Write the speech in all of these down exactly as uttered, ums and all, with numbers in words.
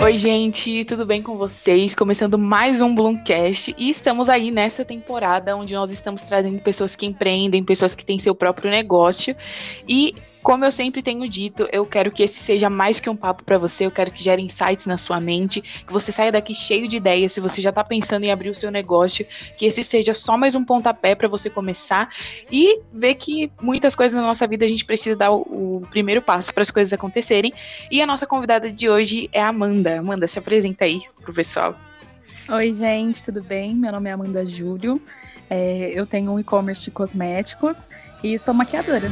Oi, gente, tudo bem com vocês? Começando mais um Bloomcast e estamos aí nessa temporada onde nós estamos trazendo pessoas que empreendem, pessoas que têm seu próprio negócio e, como eu sempre tenho dito, eu quero que esse seja mais que um papo para você, eu quero que gere insights na sua mente, que você saia daqui cheio de ideias, se você já está pensando em abrir o seu negócio, que esse seja só mais um pontapé para você começar e ver que muitas coisas na nossa vida a gente precisa dar o, o primeiro passo para as coisas acontecerem. E a nossa convidada de hoje é a Amanda. Amanda, se apresenta aí pro pessoal. Oi, gente, tudo bem? Meu nome é Amanda Júlio, é, eu tenho um e-commerce de cosméticos e sou maquiadora.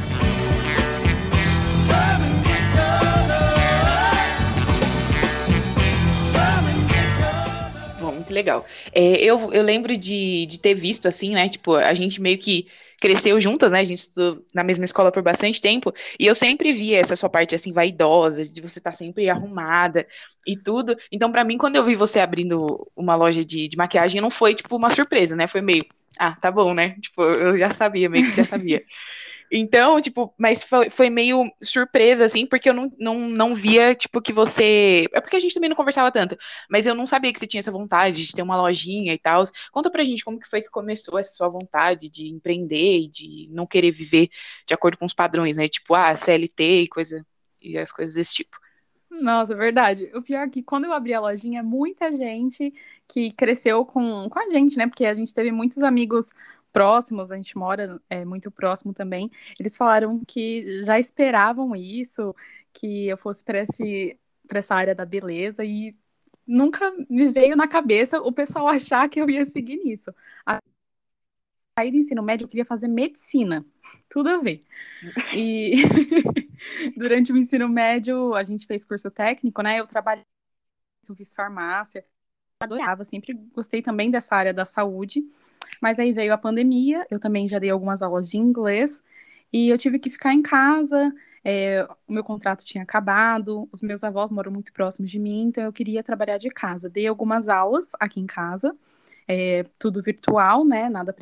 Bom, muito legal. É, eu, eu lembro de, de ter visto, assim, né? Tipo, a gente meio que cresceu juntas, né? A gente estudou na mesma escola por bastante tempo, e eu sempre via essa sua parte, assim, vaidosa, de você estar sempre arrumada e tudo. Então, pra mim, quando eu vi você abrindo uma loja de, de maquiagem, não foi, tipo, uma surpresa, né? Foi meio, ah, tá bom, né? Tipo, eu já sabia, meio que já sabia. Então, tipo, mas foi, foi meio surpresa, assim, porque eu não, não, não via, tipo, que você. É porque a gente também não conversava tanto, mas eu não sabia que você tinha essa vontade de ter uma lojinha e tal. Conta pra gente como que foi que começou essa sua vontade de empreender e de não querer viver de acordo com os padrões, né? Tipo, ah, C L T e coisa, e as coisas desse tipo. Nossa, verdade. O pior é que quando eu abri a lojinha, muita gente que cresceu com, com a gente, né? Porque a gente teve muitos amigos próximos, a gente mora é, muito próximo também. Eles falaram que já esperavam isso, que eu fosse para esse, para essa área da beleza e nunca me veio na cabeça o pessoal achar que eu ia seguir nisso. Saí do ensino médio, eu queria fazer medicina. Tudo a ver. E durante o ensino médio, a gente fez curso técnico, né? Eu trabalhei, eu fiz farmácia, adorava, sempre gostei também dessa área da saúde. Mas aí veio a pandemia, eu também já dei algumas aulas de inglês e eu tive que ficar em casa. É, o meu contrato tinha acabado, os meus avós moram muito próximos de mim, então eu queria trabalhar de casa. Dei algumas aulas aqui em casa, é, tudo virtual, né? Nada.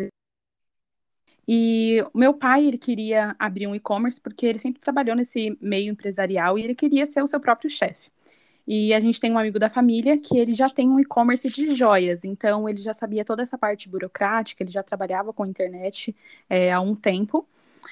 E o meu pai, ele queria abrir um e-commerce porque ele sempre trabalhou nesse meio empresarial e ele queria ser o seu próprio chefe. E a gente tem um amigo da família que ele já tem um e-commerce de joias, então ele já sabia toda essa parte burocrática, ele já trabalhava com internet é, há um tempo.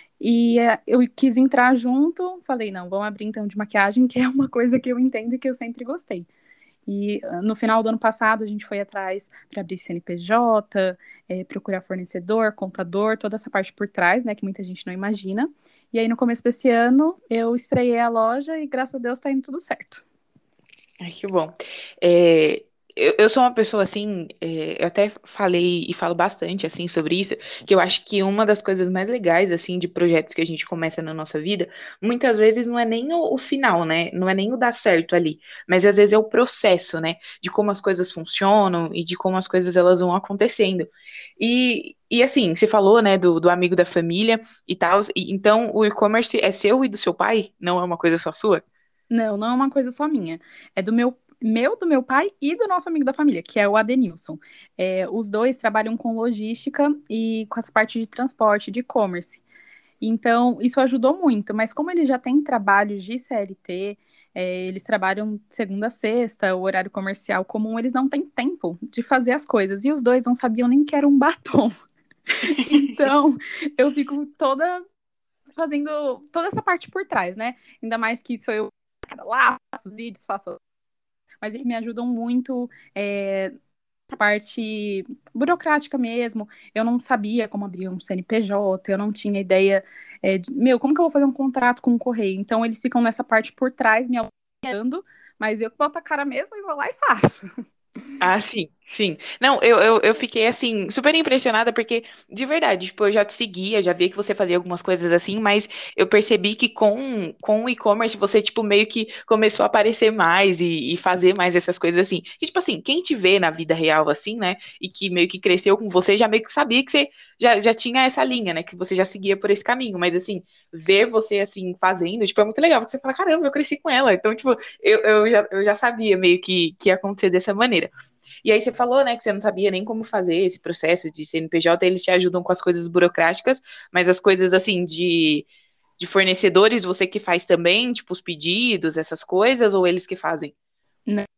E é, eu quis entrar junto, falei, não, vamos abrir então de maquiagem, que é uma coisa que eu entendo e que eu sempre gostei. E ah, no final do ano passado a gente foi atrás para abrir C N P J, é, procurar fornecedor, contador, toda essa parte por trás, né, que muita gente não imagina. E aí no começo desse ano eu estreiei a loja e graças a Deus tá indo tudo certo. Ai, que bom. É, eu, eu sou uma pessoa assim, é, eu até falei e falo bastante assim sobre isso, que eu acho que uma das coisas mais legais assim de projetos que a gente começa na nossa vida, muitas vezes não é nem o, o final, né? Não é nem o dar certo ali, mas às vezes é o processo, né? De como as coisas funcionam e de como as coisas elas vão acontecendo. E, e assim, você falou, né, do, do amigo da família e tal, e- então o e-commerce é seu e do seu pai? Não é uma coisa só sua? Não, não é uma coisa só minha. É do meu, meu, do meu pai e do nosso amigo da família, que é o Adenilson. É, os dois trabalham com logística e com essa parte de transporte, de e-commerce. Então, isso ajudou muito, mas como eles já têm trabalhos de C L T, é, eles trabalham segunda a sexta, o horário comercial comum, eles não têm tempo de fazer as coisas. E os dois não sabiam nem que era um batom. Então, eu fico toda fazendo toda essa parte por trás, né? Ainda mais que sou eu lá, faço os vídeos, faço. Mas eles me ajudam muito. É, essa parte burocrática mesmo. Eu não sabia como abrir um C N P J, eu não tinha ideia é, de, meu, como que eu vou fazer um contrato com o correio? Então eles ficam nessa parte por trás me auxiliando, mas eu que boto a cara mesmo e vou lá e faço. Ah, sim, sim. Não, eu, eu, eu fiquei, assim, super impressionada, porque, de verdade, tipo, eu já te seguia, já via que você fazia algumas coisas assim, mas eu percebi que com, com o e-commerce você, tipo, meio que começou a aparecer mais e, e fazer mais essas coisas assim. E, tipo assim, quem te vê na vida real, assim, né, e que meio que cresceu com você, já meio que sabia que você já, já tinha essa linha, né, que você já seguia por esse caminho, mas, assim, ver você, assim, fazendo, tipo, é muito legal, porque você fala, caramba, eu cresci com ela. Então, tipo, eu, eu já, eu já sabia meio que, que ia acontecer dessa maneira. E aí você falou, né, que você não sabia nem como fazer esse processo de C N P J, eles te ajudam com as coisas burocráticas, mas as coisas assim de, de fornecedores, você que faz também, tipo os pedidos, essas coisas, ou eles que fazem?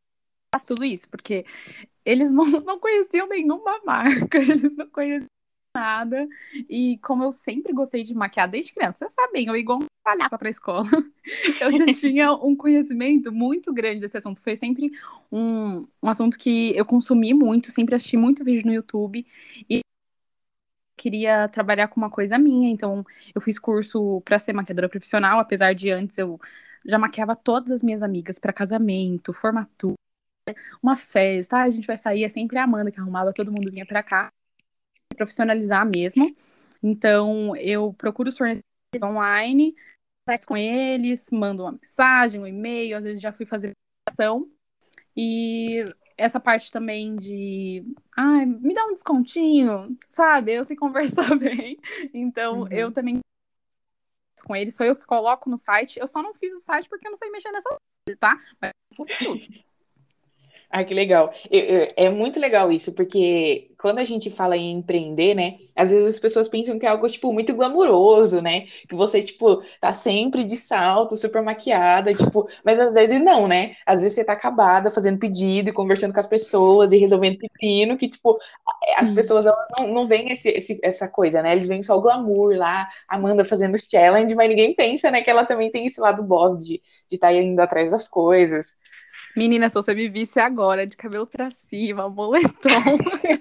faço tudo isso, porque eles não, não conheciam nenhuma marca, eles não conheciam nada. E como eu sempre gostei de maquiar desde criança, vocês sabem, eu ia igual uma palhaça pra escola. Eu já tinha um conhecimento muito grande desse assunto. Foi sempre um, um assunto que eu consumi muito, sempre assisti muito vídeo no YouTube. E queria trabalhar com uma coisa minha, então eu fiz curso para ser maquiadora profissional, apesar de antes eu já maquiava todas as minhas amigas para casamento, formatura, uma festa, ah, a gente vai sair, é sempre a Amanda que arrumava, todo mundo vinha para cá, profissionalizar mesmo. Então eu procuro os fornecedores online, converso com eles, mando uma mensagem, um e-mail, às vezes já fui fazer ação. E essa parte também de, ai, me dá um descontinho, sabe? Eu sei conversar bem. Então, eu Uhum. também com ele, sou eu que coloco no site. Eu só não fiz o site porque eu não sei mexer nessa coisa, tá? Mas eu fosse tudo. Ah, que legal. Eu- eu- é muito legal isso, porque quando a gente fala em empreender, né, às vezes as pessoas pensam que é algo, tipo, muito glamuroso, né, que você, tipo, tá sempre de salto, super maquiada, tipo, mas às vezes não, né, às vezes você tá acabada fazendo pedido e conversando com as pessoas e resolvendo pepino, que, tipo, as Sim. pessoas, elas não, não veem esse, esse- essa coisa, né, eles veem só o glamour lá, a Amanda fazendo os challenge, mas ninguém pensa, né, que ela também tem esse lado boss de de estar indo atrás das coisas. Menina, se você me visse agora, de cabelo pra cima, moletom.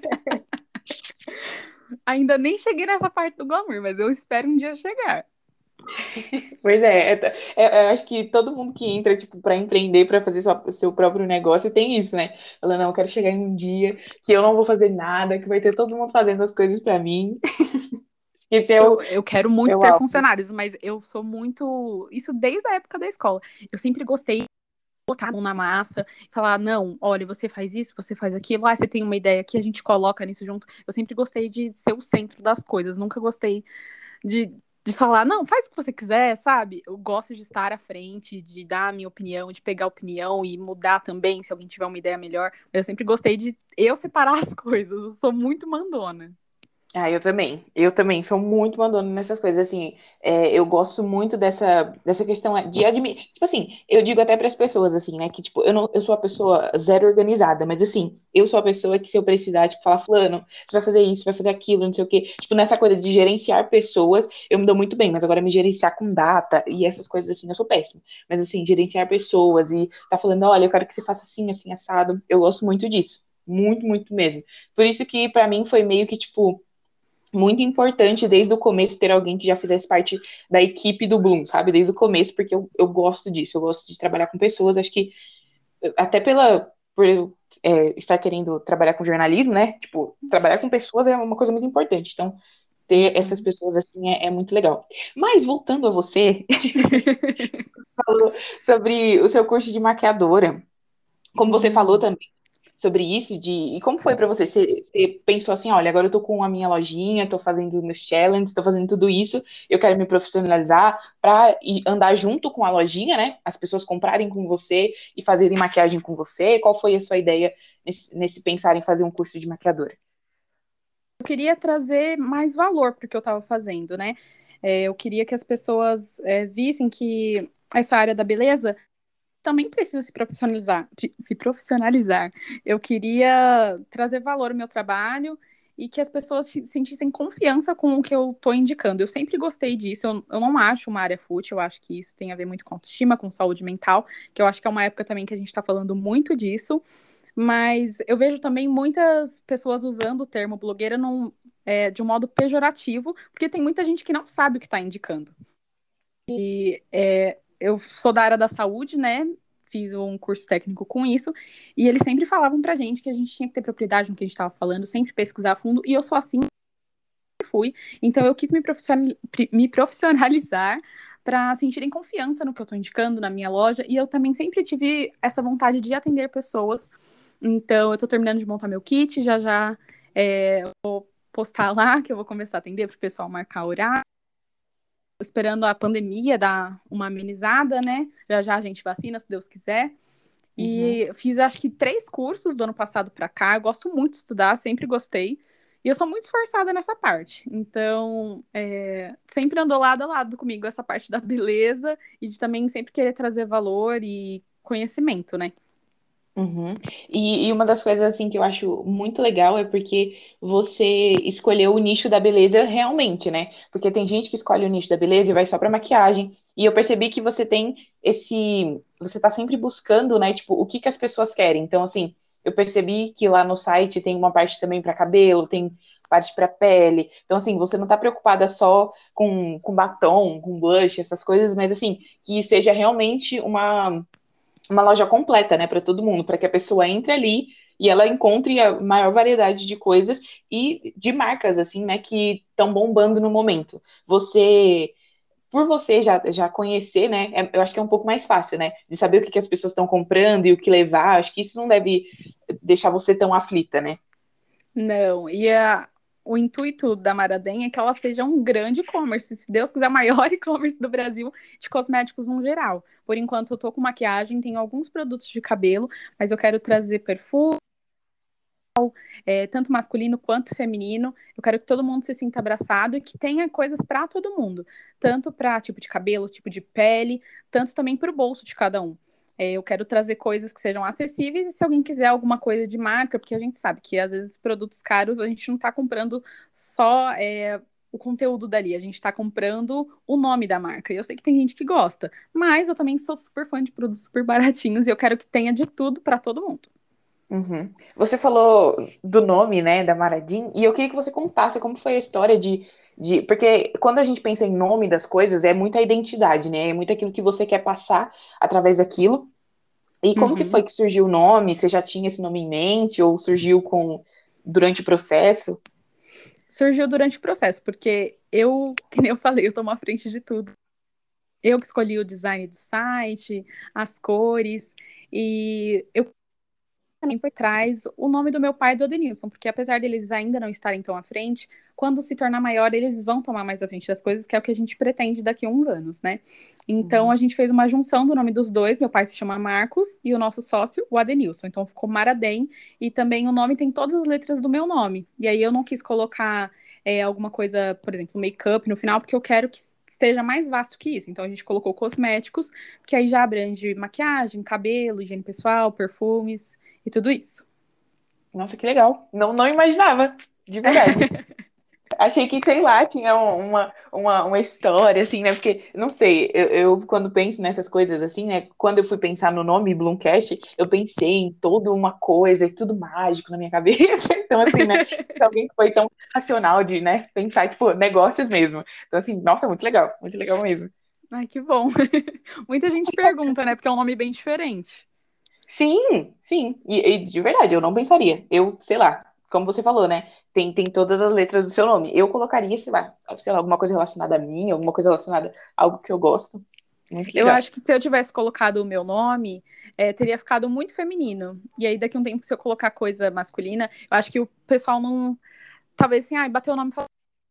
Ainda nem cheguei nessa parte do glamour, mas eu espero um dia chegar. Pois é, é, é, eu acho que todo mundo que entra, tipo, para empreender, para fazer sua, seu próprio negócio, tem isso, né? Falando, não, eu quero chegar em um dia que eu não vou fazer nada, que vai ter todo mundo fazendo as coisas para mim. Esse é o, Eu, eu quero é muito o ter auge. funcionários, mas eu sou muito. Isso desde a época da escola. Eu sempre gostei de botar a mão na massa e falar: não, olha, você faz isso, você faz aquilo, ah, você tem uma ideia aqui, a gente coloca nisso junto. Eu sempre gostei de ser o centro das coisas, nunca gostei de, de falar: não, faz o que você quiser, sabe? Eu gosto de estar à frente, de dar a minha opinião, de pegar a opinião e mudar também se alguém tiver uma ideia melhor. Eu sempre gostei de eu separar as coisas, eu sou muito mandona. Ah, eu também. Eu também sou muito mandona nessas coisas. Assim, é, eu gosto muito dessa, dessa questão de admitir. Tipo assim, eu digo até para as pessoas, assim, né? Que, tipo, eu não, eu sou a pessoa zero organizada, mas, assim, eu sou a pessoa que, se eu precisar, tipo, falar, Fulano, você vai fazer isso, vai fazer aquilo, não sei o quê. Tipo, nessa coisa de gerenciar pessoas, eu me dou muito bem, mas agora me gerenciar com data e essas coisas, assim, eu sou péssima. Mas, assim, gerenciar pessoas e tá falando, olha, eu quero que você faça assim, assim, assado. Eu gosto muito disso. Muito, muito mesmo. Por isso que, para mim, foi meio que, tipo muito importante desde o começo ter alguém que já fizesse parte da equipe do Bloom, sabe? Desde o começo, porque eu, eu gosto disso, eu gosto de trabalhar com pessoas, acho que até pela por eu é, estar querendo trabalhar com jornalismo, né? Tipo, trabalhar com pessoas é uma coisa muito importante. Então, ter essas Uhum. pessoas assim é, é muito legal. Mas voltando a você, falou sobre o seu curso de maquiadora. Como você falou Hum. também sobre isso, de e como foi pra você? Você, você pensou assim, olha, agora eu tô com a minha lojinha, tô fazendo meus challenges, tô fazendo tudo isso, eu quero me profissionalizar pra ir andar junto com a lojinha, né? As pessoas comprarem com você e fazerem maquiagem com você. Qual foi a sua ideia nesse, nesse pensar em fazer um curso de maquiadora? Eu queria trazer mais valor para o que eu estava fazendo, né? É, eu queria que as pessoas é, vissem que essa área da beleza também precisa se profissionalizar, se profissionalizar. Eu queria trazer valor ao meu trabalho e que as pessoas sentissem confiança com o que eu estou indicando. Eu sempre gostei disso, eu, eu não acho uma área fútil, eu acho que isso tem a ver muito com autoestima, com saúde mental, que eu acho que é uma época também que a gente está falando muito disso. Mas eu vejo também muitas pessoas usando o termo blogueira num, é, de um modo pejorativo, porque tem muita gente que não sabe o que está indicando. E é, eu sou da área da saúde, né? Fiz um curso técnico com isso, e eles sempre falavam pra gente que a gente tinha que ter propriedade no que a gente estava falando, sempre pesquisar a fundo, e eu sou assim, fui. Então eu quis me, profissional, me profissionalizar para sentirem confiança no que eu estou indicando na minha loja, e eu também sempre tive essa vontade de atender pessoas. Então, eu tô terminando de montar meu kit, já já é, vou postar lá que eu vou começar a atender para o pessoal marcar horário. Tô esperando a pandemia dar uma amenizada, né? Já já a gente vacina, se Deus quiser. Uhum. E fiz acho que três cursos do ano passado para cá. Eu gosto muito de estudar, sempre gostei. E eu sou muito esforçada nessa parte. Então, é, sempre andou lado a lado comigo essa parte da beleza e de também sempre querer trazer valor e conhecimento, né? Uhum. E, e uma das coisas assim que eu acho muito legal é porque você escolheu o nicho da beleza realmente, né? Porque tem gente que escolhe o nicho da beleza e vai só pra maquiagem. E eu percebi que você tem esse, você tá sempre buscando, né? Tipo, o que que as pessoas querem. Então, assim, eu percebi que lá no site tem uma parte também pra cabelo, tem parte pra pele. Então, assim, você não tá preocupada só com, com batom, com blush, essas coisas, mas assim, que seja realmente uma uma loja completa, né, para todo mundo, para que a pessoa entre ali e ela encontre a maior variedade de coisas e de marcas, assim, né, que estão bombando no momento. Você, por você já, já conhecer, né, é- eu acho que é um pouco mais fácil, né, de saber o que, que as pessoas estão comprando e o que levar, acho que isso não deve deixar você tão aflita, né? Não, e a, o intuito da Maradem é que ela seja um grande e-commerce, se Deus quiser, o maior e-commerce do Brasil de cosméticos no geral. Por enquanto, eu tô com maquiagem, tenho alguns produtos de cabelo, mas eu quero trazer perfume, é, tanto masculino quanto feminino. Eu quero que todo mundo se sinta abraçado e que tenha coisas para todo mundo, tanto para tipo de cabelo, tipo de pele, tanto também para o bolso de cada um. É, eu quero trazer coisas que sejam acessíveis e se alguém quiser alguma coisa de marca, porque a gente sabe que às vezes produtos caros a gente não está comprando só é, o conteúdo dali, a gente está comprando o nome da marca. E eu sei que tem gente que gosta, mas eu também sou super fã de produtos super baratinhos e eu quero que tenha de tudo para todo mundo. Uhum. Você falou do nome, né, da Maradim, e eu queria que você contasse como foi a história de, de... Porque quando a gente pensa em nome das coisas, é muita identidade, né? É muito aquilo que você quer passar através daquilo. E como que foi Uhum. que surgiu o nome? Você já tinha esse nome em mente ou surgiu com durante o processo? Surgiu durante o processo, porque eu, que nem eu falei, eu tomo a frente de tudo. Eu que escolhi o design do site, as cores, e eu também por trás o nome do meu pai e do Adenilson, porque apesar deles ainda não estarem tão à frente, quando se tornar maior, eles vão tomar mais à frente das coisas, que é o que a gente pretende daqui a uns anos, né? Então Uhum. a gente fez uma junção do nome dos dois, meu pai se chama Marcos e o nosso sócio, o Adenilson. Então ficou Maradem e também o nome tem todas as letras do meu nome. E aí eu não quis colocar é, alguma coisa, por exemplo, make-up no final, porque eu quero que esteja mais vasto que isso. Então a gente colocou cosméticos, que aí já abrange maquiagem, cabelo, higiene pessoal, perfumes e tudo isso. Nossa, que legal. Não, não imaginava, de verdade. Achei que, sei lá, tinha um, uma, uma, uma história, assim, né? Porque, não sei, eu, eu, quando penso nessas coisas, assim, né? Quando eu fui pensar no nome Bloomcast, eu pensei em toda uma coisa, e tudo mágico na minha cabeça. Então, assim, né? Se alguém que foi tão racional de, né? Pensar, tipo, negócios mesmo. Então, assim, nossa, muito legal, muito legal mesmo. Ai, que bom. Muita gente pergunta, né? Porque é um nome bem diferente. Sim, sim. E, e de verdade, eu não pensaria. Eu, sei lá, como você falou, né? Tem, tem todas as letras do seu nome. Eu colocaria, sei lá, sei lá, alguma coisa relacionada a mim, alguma coisa relacionada a algo que eu gosto. Muito Eu legal. acho que se eu tivesse colocado o meu nome, é, teria ficado muito feminino. E aí, daqui a um tempo, se eu colocar coisa masculina, eu acho que o pessoal não. Talvez assim, ai, bateu o nome e falou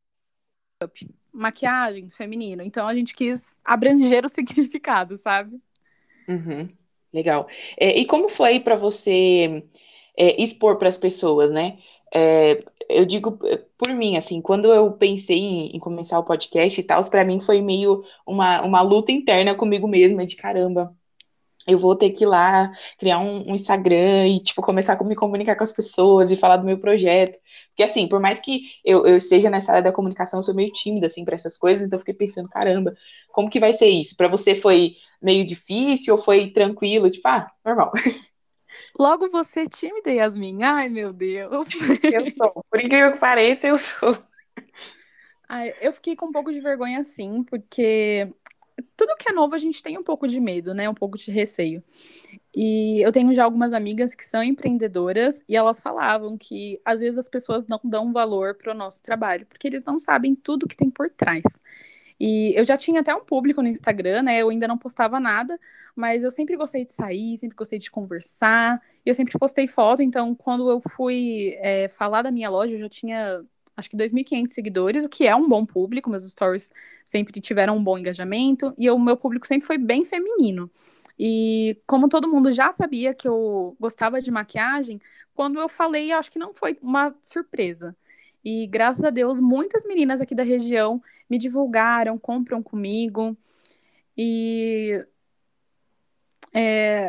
maquiagem, feminino. Então a gente quis abranger o significado, sabe? Uhum, legal. É, e como foi para você é, expor para as pessoas, né? É, eu digo é, por mim, assim, quando eu pensei em, em começar o podcast e tal, para mim foi meio uma, uma luta interna comigo mesma, de caramba. Eu vou ter que ir lá criar um, um Instagram e, tipo, começar a me comunicar com as pessoas e falar do meu projeto. Porque, assim, por mais que eu, eu esteja nessa área da comunicação, eu sou meio tímida, assim, para essas coisas, então eu fiquei pensando, caramba, como que vai ser isso? Para você foi meio difícil ou foi tranquilo? Tipo, ah, normal. Logo você é tímida, Yasmin. Ai, meu Deus. Eu sou. Por incrível que pareça, eu sou. Ai, eu fiquei com um pouco de vergonha, sim, porque tudo que é novo a gente tem um pouco de medo, né? Um pouco de receio. E eu tenho já algumas amigas que são empreendedoras e elas falavam que às vezes as pessoas não dão valor para o nosso trabalho, porque eles não sabem tudo que tem por trás. E eu já tinha até um público no Instagram, né? Eu ainda não postava nada, mas eu sempre gostei de sair, sempre gostei de conversar, e eu sempre postei foto. Então, quando eu fui é, falar da minha loja, eu já tinha acho que dois mil e quinhentos seguidores, o que é um bom público. Meus stories sempre tiveram um bom engajamento, e o meu público sempre foi bem feminino. E como todo mundo já sabia que eu gostava de maquiagem, quando eu falei, eu acho que não foi uma surpresa. E graças a Deus, muitas meninas aqui da região me divulgaram, compram comigo. E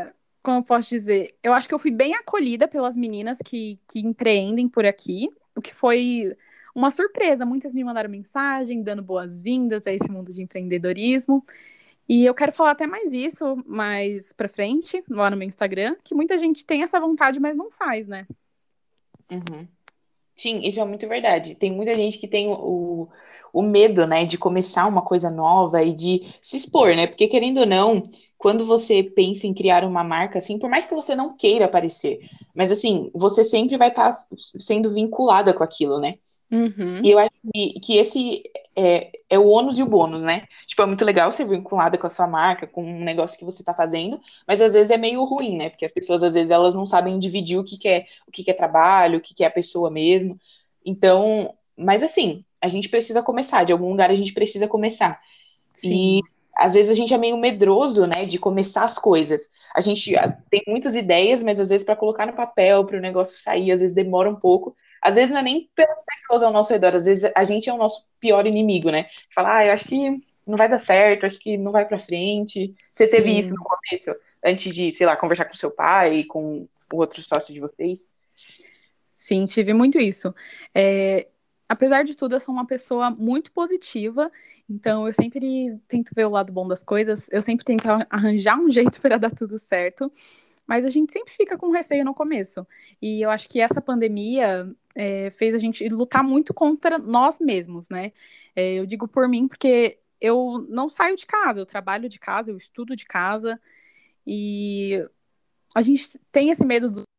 como eu posso dizer? Eu acho que eu fui bem acolhida pelas meninas que, que empreendem por aqui, o que foi uma surpresa. Muitas me mandaram mensagem, dando boas-vindas a esse mundo de empreendedorismo. E eu quero falar até mais isso mais pra frente, lá no meu Instagram, que muita gente tem essa vontade, mas não faz, né? Uhum. Sim, isso é muito verdade. Tem muita gente que tem o, o medo, né, de começar uma coisa nova e de se expor, né? Porque, querendo ou não, quando você pensa em criar uma marca, assim, por mais que você não queira aparecer, mas, assim, você sempre vai estar sendo vinculada com aquilo, né? E Uhum. eu acho que, que esse é, é o ônus e o bônus, né? Tipo, é muito legal ser vinculada com a sua marca, com um negócio que você tá fazendo, mas às vezes é meio ruim, né? Porque as pessoas, às vezes, elas não sabem dividir o que que é, o que que é trabalho, o que que é a pessoa mesmo. Então, mas assim, a gente precisa começar, de algum lugar a gente precisa começar. E Sim, às vezes a gente é meio medroso, né, de começar as coisas. A gente ah, tem muitas ideias, mas às vezes para colocar no papel, para o negócio sair, às vezes demora um pouco. Às vezes não é nem pelas pessoas ao nosso redor, às vezes a gente é o nosso pior inimigo, né? Falar, ah, eu acho que não vai dar certo, acho que não vai para frente. Você teve isso no sim. começo, antes de, sei lá, conversar com seu pai, com o outro sócio de vocês? Sim, tive muito isso. É, apesar de tudo, eu sou uma pessoa muito positiva, então eu sempre tento ver o lado bom das coisas, eu sempre tento arranjar um jeito para dar tudo certo, mas a gente sempre fica com receio no começo. E eu acho que essa pandemia é, fez a gente lutar muito contra nós mesmos, né? É, eu digo por mim, porque eu não saio de casa, eu trabalho de casa, eu estudo de casa, e a gente tem esse medo do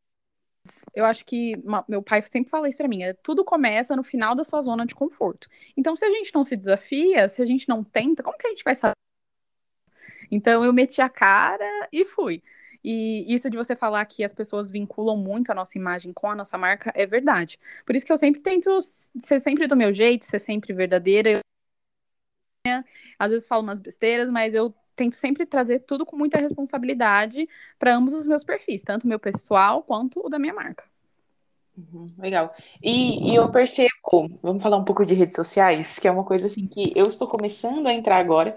eu acho que ma- meu pai sempre fala isso pra mim, é, tudo começa no final da sua zona de conforto. Então, se a gente não se desafia, se a gente não tenta, como que a gente vai saber? Então, eu meti a cara e fui. E isso de você falar que as pessoas vinculam muito a nossa imagem com a nossa marca é verdade. Por isso que eu sempre tento ser sempre do meu jeito, ser sempre verdadeira. Eu, às vezes falo umas besteiras, mas eu tento sempre trazer tudo com muita responsabilidade para ambos os meus perfis, tanto o meu pessoal quanto o da minha marca. Uhum, legal. E, e eu percebo, vamos falar um pouco de redes sociais, que é uma coisa assim que eu estou começando a entrar agora.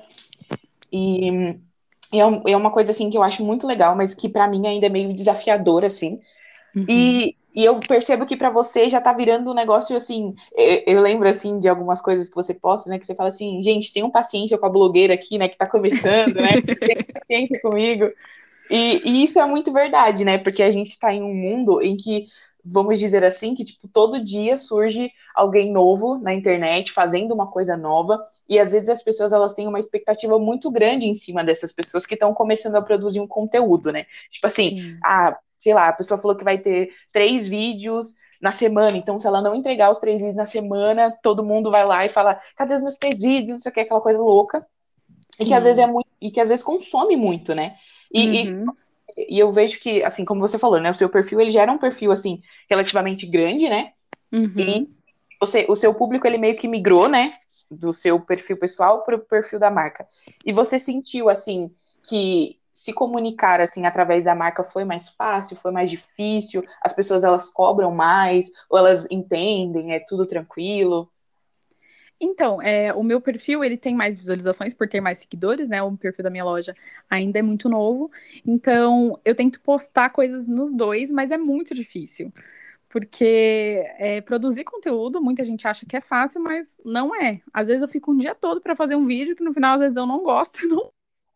E é, um- é uma coisa assim que eu acho muito legal, mas que pra mim ainda é meio desafiador assim. Uhum. E, e eu percebo que pra você já tá virando um negócio assim. Eu, eu lembro assim de algumas coisas que você posta, né? Que você fala assim, gente, tenham paciência com a blogueira aqui, né? Que tá começando, né? Tenham paciência comigo. E, e isso é muito verdade, né? Porque a gente está em um mundo em que, vamos dizer assim, que tipo, todo dia surge alguém novo na internet fazendo uma coisa nova, e às vezes as pessoas elas têm uma expectativa muito grande em cima dessas pessoas que estão começando a produzir um conteúdo, né? Tipo assim, Sim. ah, sei lá, a pessoa falou que vai ter três vídeos na semana, então se ela não entregar os três vídeos na semana, todo mundo vai lá e fala, cadê os meus três vídeos? Não sei o que, aquela coisa louca, e que às vezes é Sim. muito, e que às vezes consome muito, né? E, e Uhum. e eu vejo que, assim, como você falou, né, o seu perfil, ele já era um perfil, assim, relativamente grande, né, e Uhum. você, o seu público, ele meio que migrou, né, do seu perfil pessoal para o perfil da marca. E você sentiu, assim, que se comunicar, assim, através da marca foi mais fácil, foi mais difícil, as pessoas, elas cobram mais, ou elas entendem, é tudo tranquilo? Então, é, o meu perfil ele tem mais visualizações por ter mais seguidores, né? O perfil da minha loja ainda é muito novo. Então, eu tento postar coisas nos dois, mas é muito difícil. Porque é, produzir conteúdo, muita gente acha que é fácil, mas não é. Às vezes eu fico um dia todo para fazer um vídeo que no final, às vezes, eu não gosto. Não...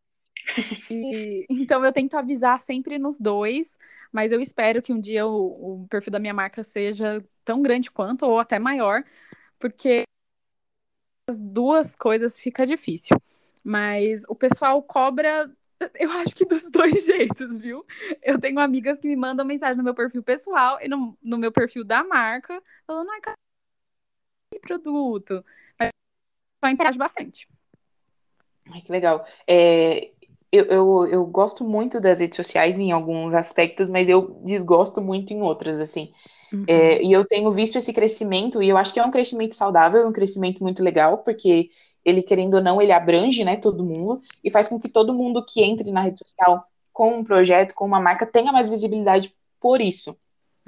E, então, eu tento avisar sempre nos dois, mas eu espero que um dia o, o perfil da minha marca seja tão grande quanto, ou até maior, porque as duas coisas fica difícil. Mas o pessoal cobra, eu acho que dos dois jeitos, viu? Eu tenho amigas que me mandam mensagem no meu perfil pessoal e no, no meu perfil da marca, falando, ai, cadê o produto? Mas só interage bastante. Ai, que legal. É, eu, eu, eu gosto muito das redes sociais em alguns aspectos, mas eu desgosto muito em outros, assim. É, Uhum. e eu tenho visto esse crescimento, e eu acho que é um crescimento saudável, um crescimento muito legal, porque ele, querendo ou não, ele abrange, né, todo mundo, e faz com que todo mundo que entre na rede social com um projeto, com uma marca, tenha mais visibilidade por isso.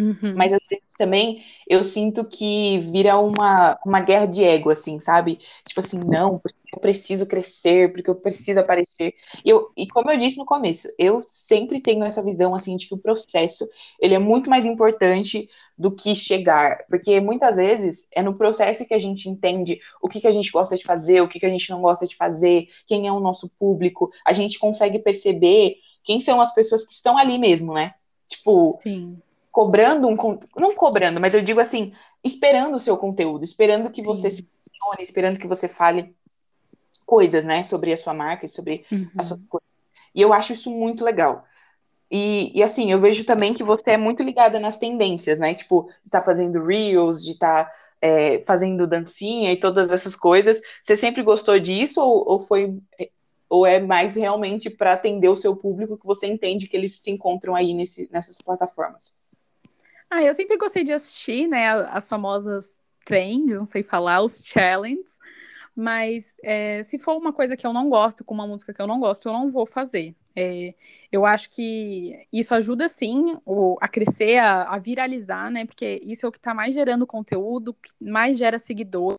Uhum. Mas às vezes também eu sinto que vira uma, uma guerra de ego, assim, sabe? Tipo assim, não, porque eu preciso crescer, porque eu preciso aparecer. E, eu, e como eu disse no começo, eu sempre tenho essa visão, assim, de que o processo, ele é muito mais importante do que chegar. Porque muitas vezes é no processo que a gente entende o que, que a gente gosta de fazer, o que, que a gente não gosta de fazer, quem é o nosso público. A gente consegue perceber quem são as pessoas que estão ali mesmo, né? Tipo, Sim, cobrando um, não cobrando, mas eu digo assim, esperando o seu conteúdo, esperando que você se sim. posicione, esperando que você fale coisas, né, sobre a sua marca, sobre a sua Uhum. coisa. E eu acho isso muito legal. E, e assim, eu vejo também que você é muito ligada nas tendências, né? Tipo, de estar fazendo reels, de estar é, fazendo dancinha e todas essas coisas. Você sempre gostou disso ou, ou foi ou é mais realmente para atender o seu público que você entende que eles se encontram aí nesse, nessas plataformas? Ah, eu sempre gostei de assistir, né, as famosas trends, não sei falar, os challenges, mas é, se for uma coisa que eu não gosto, com uma música que eu não gosto, eu não vou fazer. É, eu acho que isso ajuda sim o, a crescer, a, a, viralizar, né? Porque isso é o que está mais gerando conteúdo, que mais gera seguidor,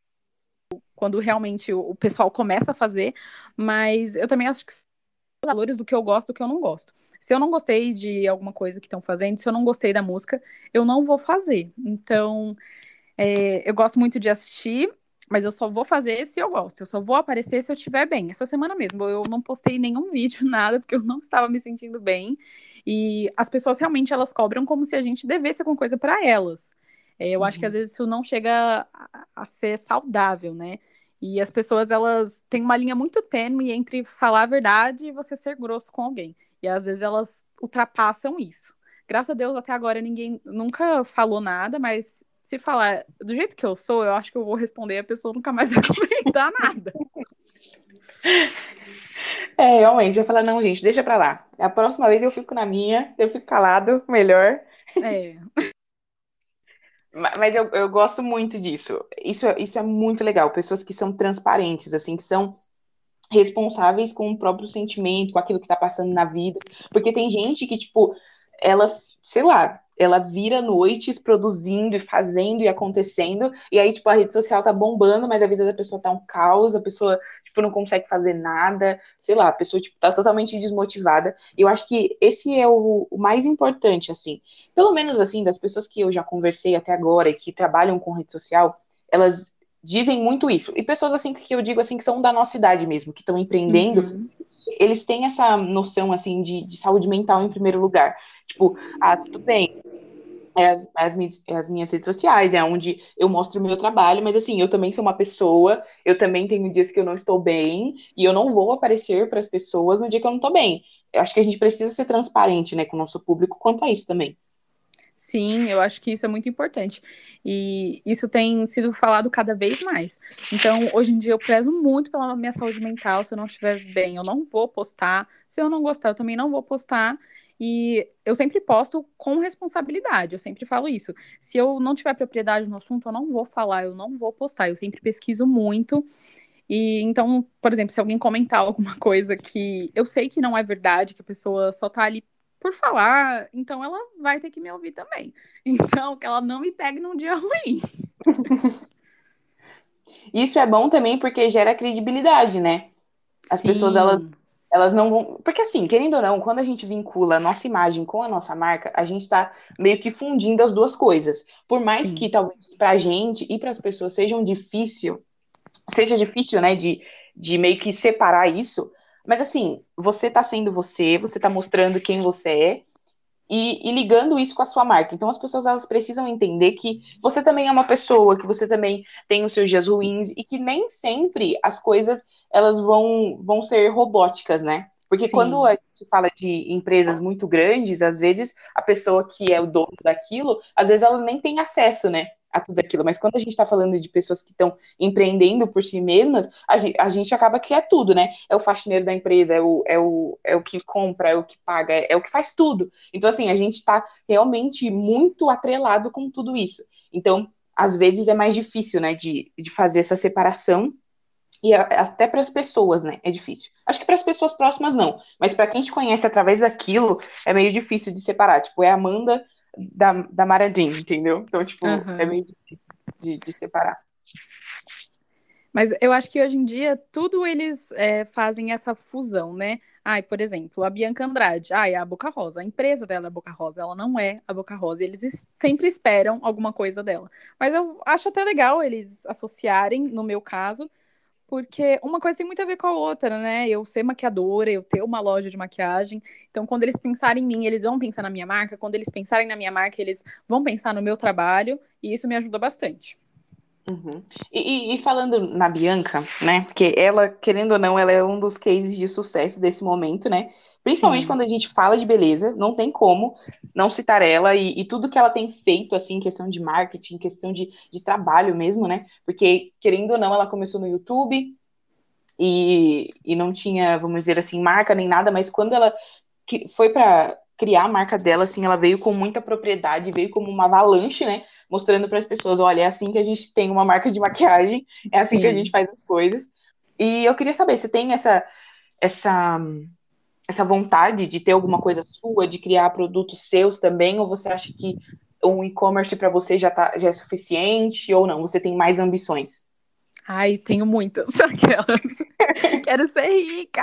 quando realmente o, o pessoal começa a fazer. Mas eu também acho que valores do que eu gosto, do que eu não gosto. Se eu não gostei de alguma coisa que estão fazendo, se eu não gostei da música, eu não vou fazer. Então, é, eu gosto muito de assistir, mas eu só vou fazer se eu gosto. Eu só vou aparecer se eu estiver bem. Essa semana mesmo, eu não postei nenhum vídeo, nada, porque eu não estava me sentindo bem. E as pessoas realmente elas cobram como se a gente devesse alguma coisa para elas. É, eu acho que às Uhum. vezes isso não chega a, a ser saudável, né? E as pessoas elas têm uma linha muito tênue entre falar a verdade e você ser grosso com alguém. E às vezes elas ultrapassam isso. Graças a Deus, até agora ninguém nunca falou nada, mas se falar do jeito que eu sou, eu acho que eu vou responder e a pessoa nunca mais vai comentar nada. É, realmente, eu ia falar, não, gente, deixa pra lá. A próxima vez eu fico na minha, eu fico calado, melhor. É, Ma- Mas eu, eu gosto muito disso. Isso, é- isso é muito legal. Pessoas que são transparentes, assim, que são responsáveis com o próprio sentimento, com aquilo que tá passando na vida. Porque tem gente que, tipo, ela, sei lá, ela vira noites produzindo e fazendo e acontecendo, e aí, tipo, a rede social tá bombando, mas a vida da pessoa tá um caos, a pessoa, tipo, não consegue fazer nada, sei lá, a pessoa, tipo, tá totalmente desmotivada. E eu acho que esse é o, o mais importante, assim. Pelo menos, assim, das pessoas que eu já conversei até agora e que trabalham com rede social, elas dizem muito isso. E pessoas assim que eu digo assim que são da nossa idade mesmo, que estão empreendendo, uhum, eles têm essa noção assim de, de saúde mental em primeiro lugar. Tipo, ah, tudo bem, é as, as, minhas, é as minhas redes sociais, é onde eu mostro o meu trabalho, mas assim, eu também sou uma pessoa, eu também tenho dias que eu não estou bem, e eu não vou aparecer para as pessoas no dia que eu não estou bem. Eu acho que a gente precisa ser transparente, né, com o nosso público quanto a isso também. sim, eu acho que isso é muito importante. E isso tem sido falado cada vez mais. Então, hoje em dia, eu prezo muito pela minha saúde mental. Se eu não estiver bem, eu não vou postar. Se eu não gostar, eu também não vou postar. E eu sempre posto com responsabilidade. Eu sempre falo isso. Se eu não tiver propriedade no assunto, eu não vou falar, eu não vou postar. Eu sempre pesquiso muito. E então, por exemplo, se alguém comentar alguma coisa que eu sei que não é verdade, que a pessoa só tá ali por falar, então ela vai ter que me ouvir também. Então, que ela não me pegue num dia ruim. Isso é bom também porque gera credibilidade, né? As pessoas, elas Sim, Elas não vão. Porque, assim, querendo ou não, quando a gente vincula a nossa imagem com a nossa marca, a gente está meio que fundindo as duas coisas. Por mais que sim, talvez para a gente e para as pessoas sejam difícil, seja difícil, né, de, de meio que separar isso, mas assim, você está sendo você, você está mostrando quem você é, e, e ligando isso com a sua marca. Então as pessoas elas precisam entender que você também é uma pessoa, que você também tem os seus dias ruins e que nem sempre as coisas elas vão, vão ser robóticas, né? Porque quando a sim, gente fala de empresas muito grandes, às vezes a pessoa que é o dono daquilo, às vezes ela nem tem acesso, né, a tudo aquilo. Mas quando a gente está falando de pessoas que estão empreendendo por si mesmas, a gente, a gente acaba que é tudo, né? É o faxineiro da empresa, é o, é o, é o que compra, é o que paga, é, é o que faz tudo. Então, assim, a gente está realmente muito atrelado com tudo isso. Então, às vezes é mais difícil, né, de, de fazer essa separação. E a, até para as pessoas, né, é difícil. Acho que para as pessoas próximas não, mas para quem te conhece através daquilo, é meio difícil de separar. Tipo, é a Amanda da, da Mara Jean, entendeu? Então, tipo, é Aham. meio difícil de, de separar. Mas eu acho que hoje em dia tudo eles é, fazem essa fusão, né? Ai, por exemplo, a Bianca Andrade, ai, é a Boca Rosa. A empresa dela é a Boca Rosa, ela não é a Boca Rosa. Eles es- sempre esperam alguma coisa dela. Mas eu acho até legal eles associarem, no meu caso, porque uma coisa tem muito a ver com a outra, né? Eu ser maquiadora, eu ter uma loja de maquiagem. Então, quando eles pensarem em mim, eles vão pensar na minha marca. Quando eles pensarem na minha marca, eles vão pensar no meu trabalho. E isso me ajuda bastante. Uhum. E, e- e falando na Bianca, né? Porque ela, querendo ou não, ela é um dos cases de sucesso desse momento, né? Principalmente Sim. quando a gente fala de beleza, não tem como não citar ela e, e tudo que ela tem feito, assim, em questão de marketing, em questão de, de trabalho mesmo, né? Porque, querendo ou não, ela começou no YouTube e, e não tinha, vamos dizer assim, marca nem nada, mas quando ela que foi para criar a marca dela, assim, ela veio com muita propriedade, veio como uma avalanche, né? Mostrando para as pessoas, olha, é assim que a gente tem uma marca de maquiagem, é assim que a gente Sim. faz as coisas. E eu queria saber, você tem essa essa essa vontade de ter alguma coisa sua, de criar produtos seus também, ou você acha que um e-commerce para você já tá, já é suficiente ou não? Você tem mais ambições? Ai, tenho muitas. Aquelas. Quero ser rica!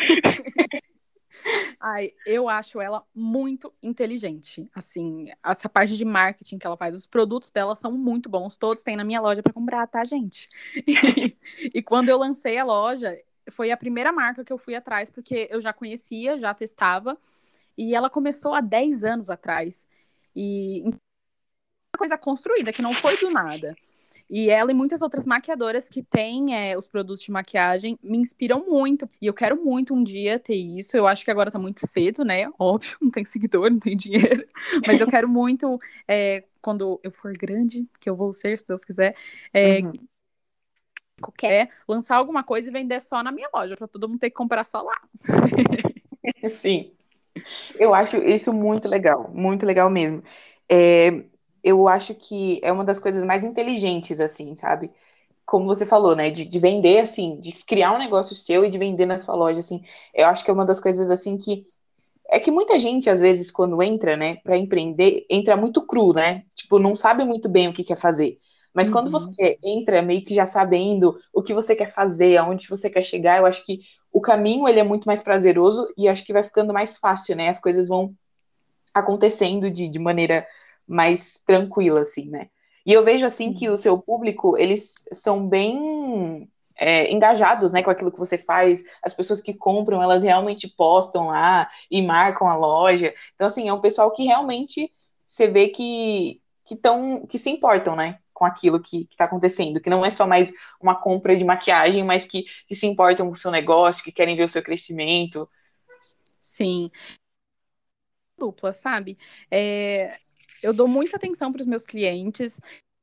Ai, eu acho ela muito inteligente. Assim, essa parte de marketing que ela faz, os produtos dela são muito bons. Todos têm na minha loja para comprar, tá, gente? E, e quando eu lancei a loja, foi a primeira marca que eu fui atrás, porque eu já conhecia, já testava. E ela começou há dez anos atrás. E uma coisa construída, que não foi do nada. E ela e muitas outras maquiadoras que têm é, os produtos de maquiagem me inspiram muito. E eu quero muito um dia ter isso. Eu acho que agora tá muito cedo, né? Óbvio, não tem seguidor, não tem dinheiro. Mas eu quero muito, é, quando eu for grande, que eu vou ser, se Deus quiser, é, Uhum. quer lançar alguma coisa e vender só na minha loja, pra todo mundo ter que comprar só lá. Sim. Eu acho isso muito legal, muito legal mesmo. É, eu acho que é uma das coisas mais inteligentes, assim, sabe? Como você falou, né? De, de vender, assim, de criar um negócio seu e de vender na sua loja, assim. Eu acho que é uma das coisas, assim, que é que muita gente, às vezes, quando entra, né, para empreender, entra muito cru, né? Tipo, não sabe muito bem o que quer fazer. Mas quando Uhum. você entra meio que já sabendo o que você quer fazer, aonde você quer chegar, eu acho que o caminho ele é muito mais prazeroso e acho que vai ficando mais fácil, né? As coisas vão acontecendo de, de maneira mais tranquila, assim, né? E eu vejo, assim, que Sim. o seu público, eles são bem é, engajados, né, com aquilo que você faz. As pessoas que compram, elas realmente postam lá e marcam a loja. Então, assim, é um pessoal que realmente você vê que que, tão, que se importam, né, com aquilo que está acontecendo, que não é só mais uma compra de maquiagem, mas que, que se importam com o seu negócio, que querem ver o seu crescimento. Sim. Dupla, sabe? É, eu dou muita atenção para os meus clientes.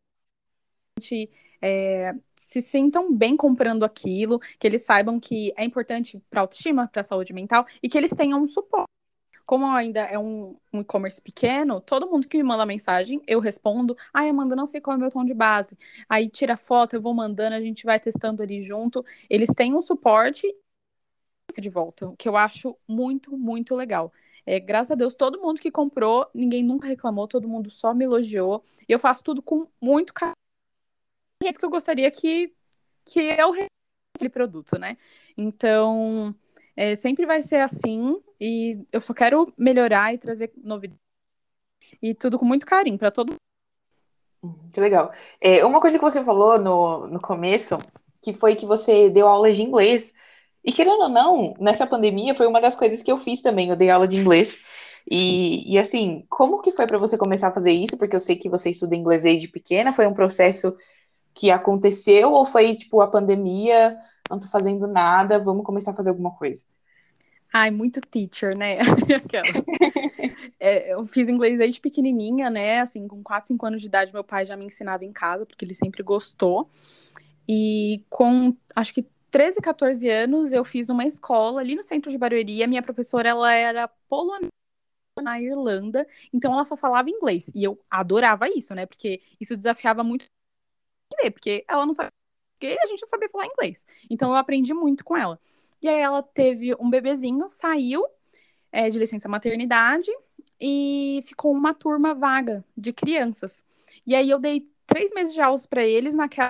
É, se sintam bem comprando aquilo, que eles saibam que é importante para a autoestima, para a saúde mental e que eles tenham um suporte. Como ainda é um, um e-commerce pequeno, todo mundo que me manda mensagem, eu respondo. Ai, Amanda, não sei qual é o meu tom de base. Aí tira foto, eu vou mandando, a gente vai testando ali junto. Eles têm um suporte de volta, o que eu acho muito, muito legal. É, graças a Deus, todo mundo que comprou, ninguém nunca reclamou, todo mundo só me elogiou. E eu faço tudo com muito carinho, do jeito que eu gostaria que, que eu aquele produto, né? Então, é, sempre vai ser assim e eu só quero melhorar e trazer novidades e tudo com muito carinho para todo mundo. Que legal. É, uma coisa que você falou no, no começo, que foi que você deu aulas de inglês. E querendo ou não, nessa pandemia foi uma das coisas que eu fiz também, eu dei aula de inglês. E, e assim, como que foi para você começar a fazer isso? Porque eu sei que você estuda inglês desde pequena, foi um processo que aconteceu ou foi tipo a pandemia, não tô fazendo nada, vamos começar a fazer alguma coisa? Ai, muito teacher, né? Aquelas. É, eu fiz inglês desde pequenininha, né? Assim, com quatro, cinco anos de idade, meu pai já me ensinava em casa, porque ele sempre gostou. E com, acho que treze, quatorze anos, eu fiz uma escola ali no centro de Barueri. A minha professora, ela era polonesa na Irlanda, então ela só falava inglês. E eu adorava isso, né? Porque isso desafiava muito entender, porque ela não sabia, porque a gente não sabia falar inglês. Então eu aprendi muito com ela. E aí ela teve um bebezinho, saiu é, de licença maternidade, e ficou uma turma vaga de crianças. E aí eu dei três meses de aulas para eles, naquela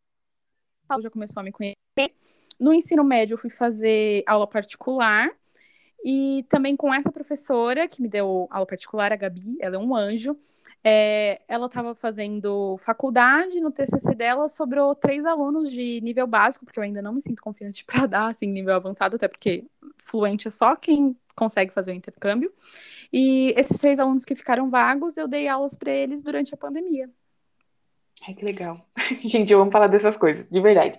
já começou a me conhecer. No ensino médio eu fui fazer aula particular, e também com essa professora que me deu aula particular, a Gabi, ela é um anjo. É, ela estava fazendo faculdade, no T C C dela sobrou três alunos de nível básico, porque eu ainda não me sinto confiante para dar assim, nível avançado, até porque fluente é só quem consegue fazer o intercâmbio. E esses três alunos que ficaram vagos, eu dei aulas para eles durante a pandemia. Ai, que legal. Gente, eu amo falar dessas coisas, de verdade.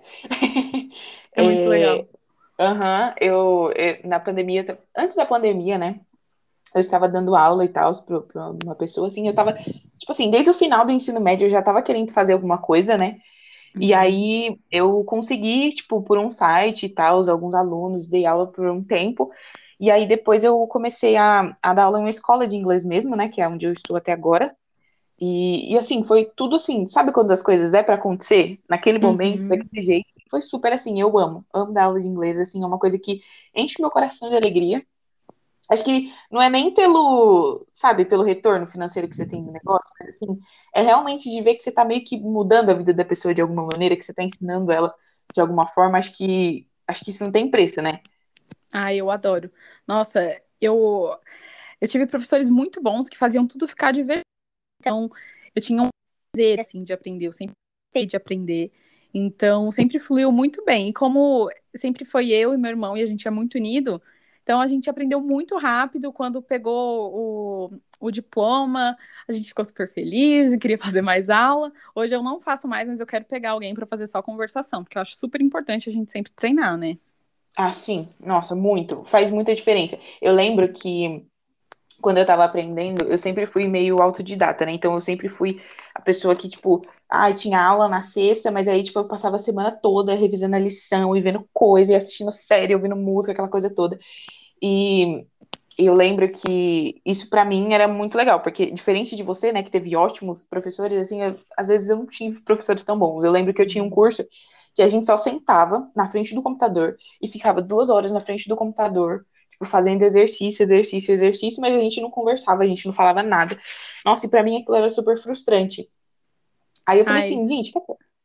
É muito É, legal. aham, eu, eu- na pandemia, antes da pandemia, né? Eu estava dando aula e tal para uma pessoa, assim, eu tava, tipo assim, desde o final do ensino médio eu já tava querendo fazer alguma coisa, né? E Uhum. aí eu consegui, tipo, por um site e tal, alguns alunos, dei aula por um tempo. E aí depois eu comecei a, a dar aula em uma escola de inglês mesmo, né? Que é onde eu estou até agora. E, e assim, foi tudo assim, sabe quando as coisas é para acontecer? Naquele momento, Uhum. daquele jeito. Foi super assim, eu amo, amo dar aula de inglês, assim, é uma coisa que enche meu coração de alegria. Acho que não é nem pelo, sabe, pelo retorno financeiro que você tem no negócio, mas assim, é realmente de ver que você tá meio que mudando a vida da pessoa de alguma maneira, que você tá ensinando ela de alguma forma. Acho que acho que isso não tem preço, né? Ah, eu adoro. Nossa, eu, eu tive professores muito bons que faziam tudo ficar divertido. Então, eu tinha um prazer, assim, de aprender. Eu sempre gostei de aprender. Então, sempre fluiu muito bem. E como sempre foi eu e meu irmão, e a gente é muito unido, então a gente aprendeu muito rápido. Quando pegou o, o diploma, a gente ficou super feliz e queria fazer mais aula. Hoje eu não faço mais, mas eu quero pegar alguém para fazer só conversação, porque eu acho super importante a gente sempre treinar, né? Ah, sim, nossa, muito, faz muita diferença. Eu lembro que quando eu tava aprendendo, eu sempre fui meio autodidata, né? Então eu sempre fui a pessoa que, tipo, ah, tinha aula na sexta, mas aí, tipo, eu passava a semana toda revisando a lição e vendo coisa, e assistindo série, ouvindo música, aquela coisa toda. E eu lembro que isso pra mim era muito legal, porque diferente de você, né, que teve ótimos professores, assim, eu- às vezes eu não tive professores tão bons. Eu lembro que eu tinha um Uhum. curso que a gente só sentava na frente do computador e ficava duas horas na frente do computador, tipo, fazendo exercício, exercício, exercício, mas a gente não conversava, a gente não falava nada. Nossa, e pra mim aquilo era super frustrante. Aí eu falei Ai, assim, gente,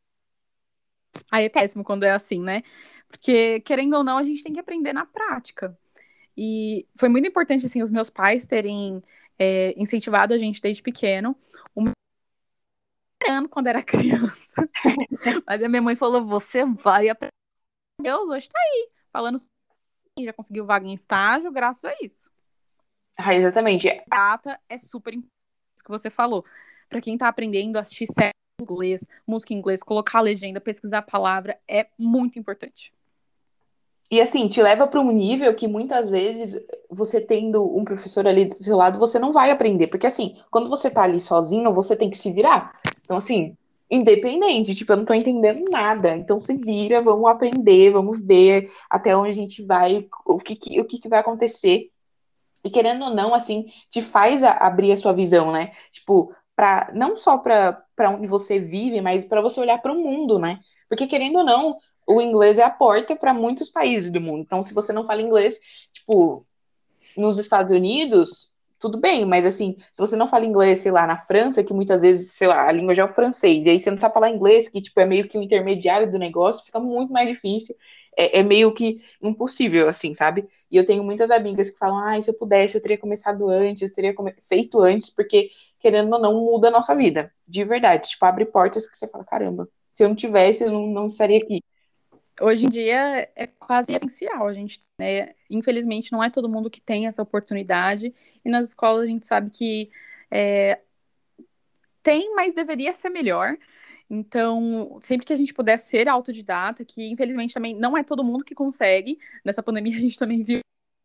aí é péssimo quando é assim, né? Porque, querendo ou não, a gente tem que aprender na prática. E foi muito importante, assim, os meus pais terem é, incentivado a gente desde pequeno. O meu ano, quando era criança. Mas a minha mãe falou: você vai aprender. Deus, hoje tá aí, falando assim, já conseguiu vaga em estágio, graças a isso. ah, exatamente. Data é super importante, o que você falou. Pra quem tá aprendendo a assistir série em inglês, música em inglês, colocar a legenda, pesquisar a palavra, é muito importante. E assim, te leva para um nível que muitas vezes você tendo um professor ali do seu lado, você não vai aprender. Porque assim, quando você tá ali sozinho, você tem que se virar. Então, assim, independente, tipo, eu não tô entendendo nada. Então se vira, vamos aprender, vamos ver até onde a gente vai, o que, que- o que, que vai acontecer. E querendo ou não, assim, te faz a- abrir a sua visão, né? Tipo, pra, não só para para onde você vive, mas para você olhar para o mundo, né? Porque querendo ou não, o inglês é a porta para muitos países do mundo. Então, se você não fala inglês, tipo, nos Estados Unidos, tudo bem, mas assim, se você não fala inglês, sei lá, na França, que muitas vezes, sei lá, a língua já é o francês, e aí você não sabe falar inglês, que tipo é meio que o intermediário do negócio, fica muito mais difícil. É, é meio que impossível, assim, sabe? E eu tenho muitas amigas que falam, ah, se eu pudesse, eu teria começado antes, eu teria come- feito antes, porque, querendo ou não, muda a nossa vida. De verdade. Tipo, abre portas que você fala, caramba, se eu não tivesse, eu não, não estaria aqui. Hoje em dia é quase essencial, a gente, né? Infelizmente, não é todo mundo que tem essa oportunidade, e nas escolas a gente sabe que é, tem, mas deveria ser melhor. Então, sempre que a gente puder ser autodidata, que infelizmente também não é todo mundo que consegue, nessa pandemia a gente também viu,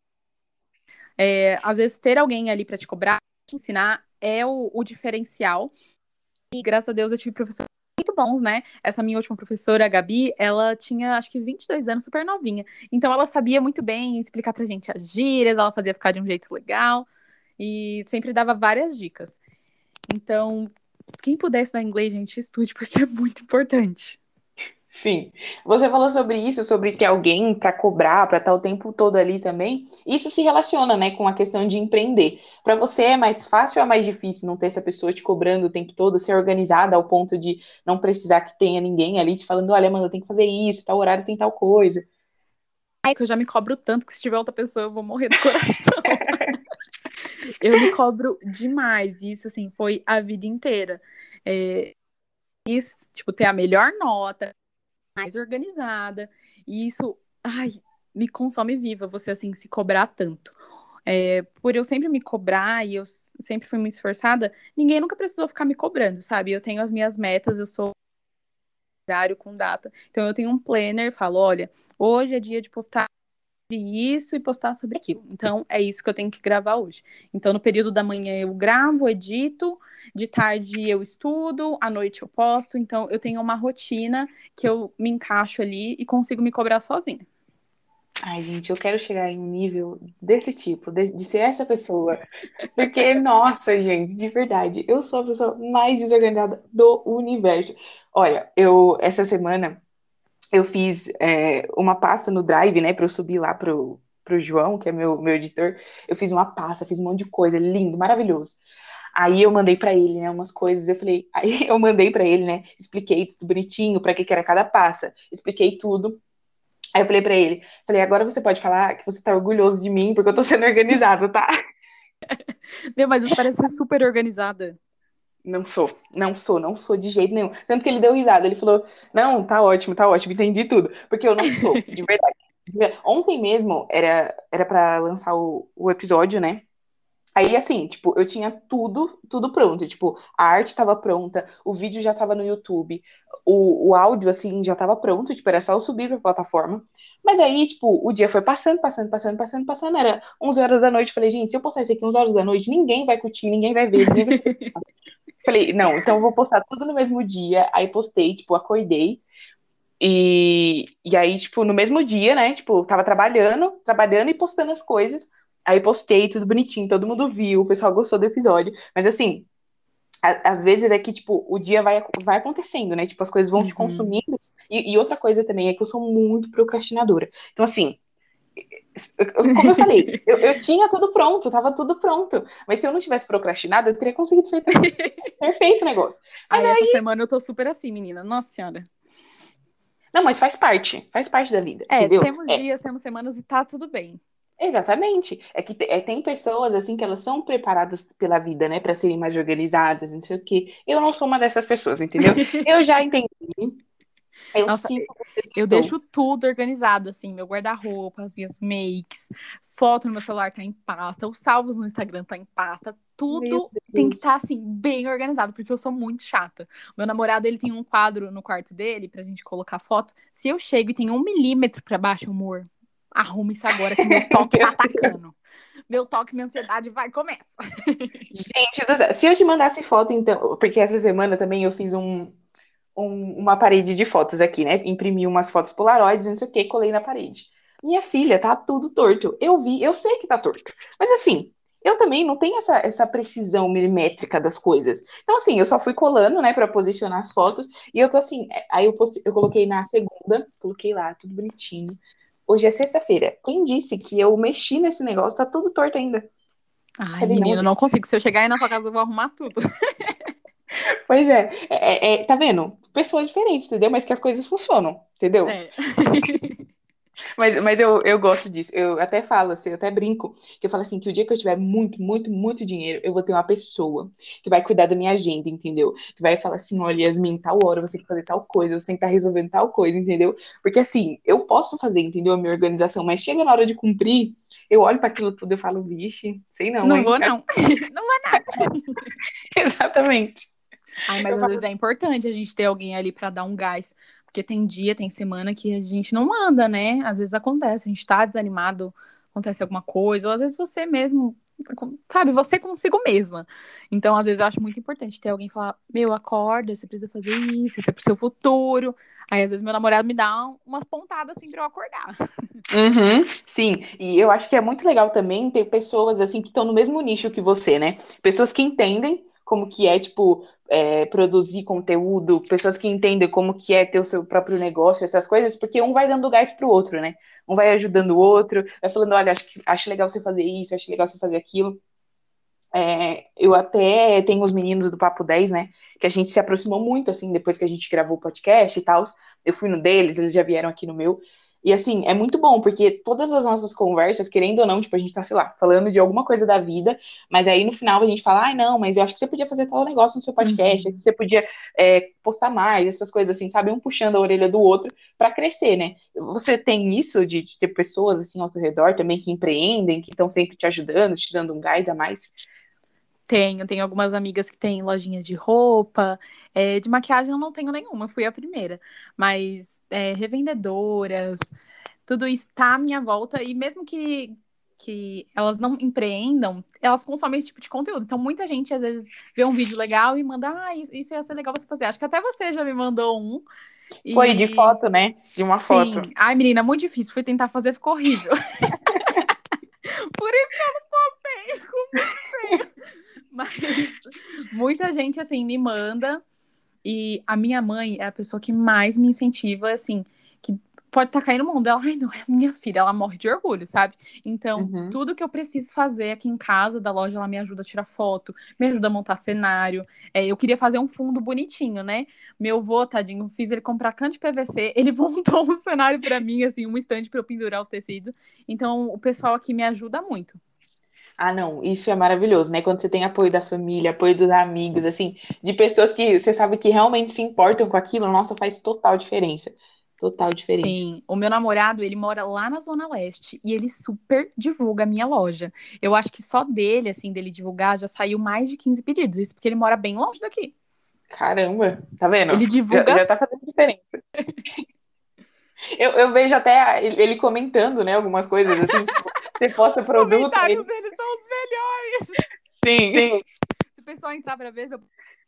é, às vezes ter alguém ali para te cobrar, te ensinar, é o, o diferencial. E graças a Deus eu tive professores muito bons, né? Essa minha última professora, a Gabi, ela tinha acho que vinte e dois anos, super novinha. Então ela sabia muito bem explicar pra gente as gírias, ela fazia ficar de um jeito legal e sempre dava várias dicas. Então, quem puder estudar inglês, gente, estude, porque é muito importante. Sim. Você falou sobre isso, sobre ter alguém para cobrar, para estar o tempo todo ali também. Isso se relaciona, né, com a questão de empreender. Para você é mais fácil ou é mais difícil não ter essa pessoa te cobrando o tempo todo, ser organizada ao ponto de não precisar que tenha ninguém ali te falando, olha, mano, tem que fazer isso, tal horário tem tal coisa. É que eu já me cobro tanto que se tiver outra pessoa eu vou morrer do coração. Eu me cobro demais. Isso, assim, foi a vida inteira. É, isso, tipo, ter a melhor nota, mais organizada. E isso, ai, me consome viva você, assim, se cobrar tanto. É, por eu sempre me cobrar e eu sempre fui muito esforçada, ninguém nunca precisou ficar me cobrando, sabe? Eu tenho as minhas metas, eu sou horário com data. Então eu tenho um planner, falo, olha, hoje é dia de postar sobre isso e postar sobre aquilo. Então é isso que eu tenho que gravar hoje. Então no período da manhã eu gravo, edito, de tarde eu estudo, à noite eu posto. Então eu tenho uma rotina que eu me encaixo ali e consigo me cobrar sozinha. Ai, gente, eu quero chegar em um nível desse tipo, de, de ser essa pessoa. Porque, nossa, gente, de verdade, eu sou a pessoa mais desorganizada do universo. Olha, eu, essa semana, eu fiz é, uma pasta no Drive, né, para eu subir lá pro, pro João, que é meu, meu editor. Eu fiz uma pasta, fiz um monte de coisa, lindo, maravilhoso. Aí eu mandei para ele, né, umas coisas. Eu falei, aí eu mandei para ele, né, expliquei tudo bonitinho, para que que era cada pasta, expliquei tudo. Aí eu falei pra ele, falei, agora você pode falar que você tá orgulhoso de mim, porque eu tô sendo organizado, tá? Meu, mas você parece ser super organizada. Não sou, não sou, não sou de jeito nenhum. Tanto que ele deu risada, ele falou, não, tá ótimo, tá ótimo, entendi tudo. Porque eu não sou, de verdade. De verdade. Ontem mesmo era, era pra lançar o, o episódio, né? Aí, assim, tipo, eu tinha tudo, tudo pronto. Tipo, a arte estava pronta, o vídeo já estava no YouTube, o, o áudio, assim, já estava pronto, tipo, era só eu subir pra plataforma. Mas aí, tipo, o dia foi passando, passando, passando, passando, passando, era onze horas da noite. Falei, gente, se eu postar isso aqui onze horas da noite, ninguém vai curtir, ninguém vai ver, ninguém vai se... Falei, não, então eu vou postar tudo no mesmo dia. Aí postei, tipo, acordei. E, e aí, tipo, no mesmo dia, né? Tipo, tava trabalhando, trabalhando e postando as coisas. Aí postei tudo bonitinho, todo mundo viu, o pessoal gostou do episódio. Mas assim, a- às vezes é que, tipo, o dia vai, vai acontecendo, né? Tipo, as coisas vão te Uhum. consumindo. E, e outra coisa também é que eu sou muito procrastinadora. Então, assim, eu- como eu falei, eu, eu tinha tudo pronto, tava tudo pronto. Mas se eu não tivesse procrastinado, eu teria conseguido feito, perfeito o negócio. Mas Ai, essa aí, semana eu tô super assim, menina. Nossa senhora. não, mas faz parte, faz parte da vida, É, entendeu? temos dias, temos semanas e tá tudo bem. Exatamente. É que te- é, tem pessoas assim que elas são preparadas pela vida, né, para serem mais organizadas, não sei o quê. Eu não sou uma dessas pessoas, entendeu? Eu já entendi, eu Nossa, sinto a eu questão. deixo tudo organizado, assim, meu guarda-roupa, as minhas makes, foto no meu celular tá em pasta, os salvos no Instagram tá em pasta, Meu tudo tem que Deus. estar, assim, bem organizado, porque eu sou muito chata. Meu namorado, ele tem um quadro no quarto dele pra gente colocar foto. Se eu chego e tem um milímetro pra baixo, amor, arruma isso agora que meu toque tá Meu Deus. atacando. Meu toque, minha ansiedade vai, começa. Gente do céu, se eu te mandasse foto, então, porque essa semana também eu fiz um, um- uma parede de fotos aqui, né? Imprimi umas fotos polaroids, não sei o que, colei na parede. Minha filha, tá tudo torto. Eu vi, eu sei que tá torto. Mas assim, eu também não tenho essa, essa precisão milimétrica das coisas. Então, assim, eu só fui colando, né, pra posicionar as fotos. E eu tô assim, é, aí eu, postei, eu coloquei na segunda, coloquei lá, tudo bonitinho. Hoje é sexta-feira. Quem disse que eu mexi nesse negócio? Tá tudo torto ainda. Ai, Falei, não, menina, eu gente. não consigo. Se eu chegar aí na sua casa, eu vou arrumar tudo. Pois é, é, é, tá vendo? Pessoas diferentes, entendeu? Mas que as coisas funcionam, entendeu? É. Mas, mas eu, eu gosto disso. Eu até falo assim, eu até brinco, que eu falo assim, que o dia que eu tiver muito, muito, muito dinheiro, eu vou ter uma pessoa que vai cuidar da minha agenda, entendeu? Que vai falar assim, olha, Yasmin, tal hora você tem que fazer tal coisa, você tem que estar resolvendo tal coisa, entendeu? Porque assim, eu posso fazer, entendeu? A minha organização, mas chega na hora de cumprir, eu olho para aquilo tudo e falo, vixe, sei não, Não hein? vou, não. Não vou, não. Exatamente. Ai, mas Eu às falo, vezes é importante a gente ter alguém ali pra dar um gás. Porque tem dia, tem semana que a gente não anda, né? Às vezes acontece, a gente tá desanimado, acontece alguma coisa, ou às vezes você mesmo, sabe, você consigo mesma. Então, às vezes eu acho muito importante ter alguém falar: meu, acorda, você precisa fazer isso, isso é pro seu futuro. Aí, às vezes, meu namorado me dá umas pontadas assim pra eu acordar. uhum, sim, e eu acho que é muito legal também ter pessoas assim que estão no mesmo nicho que você, né? Pessoas que entendem como que é, tipo, é, produzir conteúdo, pessoas que entendem como que é ter o seu próprio negócio, essas coisas, porque um vai dando gás pro outro, né? Um vai ajudando o outro, vai falando, olha, acho, que, acho legal você fazer isso, acho legal você fazer aquilo. É, eu até tenho os meninos do Papo dez, né? Que a gente se aproximou muito, assim, depois que a gente gravou o podcast e tal. Eu fui no deles, eles já vieram aqui no meu. E, assim, é muito bom, porque todas as nossas conversas, querendo ou não, tipo, a gente tá, sei lá, falando de alguma coisa da vida, mas aí no final a gente fala, ai, não, mas eu acho que você podia fazer tal negócio no seu podcast, Uhum. que você podia é, postar mais, essas coisas assim, sabe? Um puxando a orelha do outro pra crescer, né? Você tem isso de, de ter pessoas, assim, ao seu redor também que empreendem, que estão sempre te ajudando, te dando um gás a mais? Tenho, tenho algumas amigas que têm lojinhas de roupa, é, de maquiagem eu não tenho nenhuma, fui a primeira. Mas é, revendedoras, tudo isso tá à minha volta, e mesmo que, que elas não empreendam, elas consomem esse tipo de conteúdo. Então, muita gente às vezes vê um vídeo legal e manda, ah, isso, isso ia ser legal você fazer. Acho que até você já me mandou um. Foi de E foto, né? De uma foto. sim, ai, menina, muito difícil. Fui tentar fazer, ficou horrível. Por isso que eu não postei, ficou muito feio. Mas muita gente, assim, me manda. E a minha mãe é a pessoa que mais me incentiva, assim, que pode estar caindo no mundo dela. Ai, não, é minha filha, ela morre de orgulho, sabe? Então, Uhum. tudo que eu preciso fazer aqui em casa da loja, ela me ajuda a tirar foto, me ajuda a montar cenário. É, eu queria fazer um fundo bonitinho, né? Meu vô, tadinho, fiz ele comprar cano de P V C, ele montou um cenário pra mim, assim, um estande pra eu pendurar o tecido. Então, o pessoal aqui me ajuda muito. Ah, não, isso é maravilhoso, né? Quando você tem apoio da família, apoio dos amigos, assim, de pessoas que você sabe que realmente se importam com aquilo, nossa, faz total diferença. Total diferença. Sim, o meu namorado, ele mora lá na Zona Leste e ele super divulga a minha loja. Eu acho que só dele, assim, dele divulgar, já saiu mais de quinze pedidos. Isso porque ele mora bem longe daqui. Caramba, tá vendo? Ele Já, divulga. já tá fazendo diferença. Eu, eu vejo até ele ele comentando, né, algumas coisas, assim, tipo, você posta Os produto, aí comentários ele, dele são os melhores. sim, Sim. Se o pessoal entrar pra ver, eu...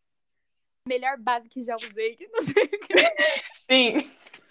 melhor base que já usei, que não sei o que. sim.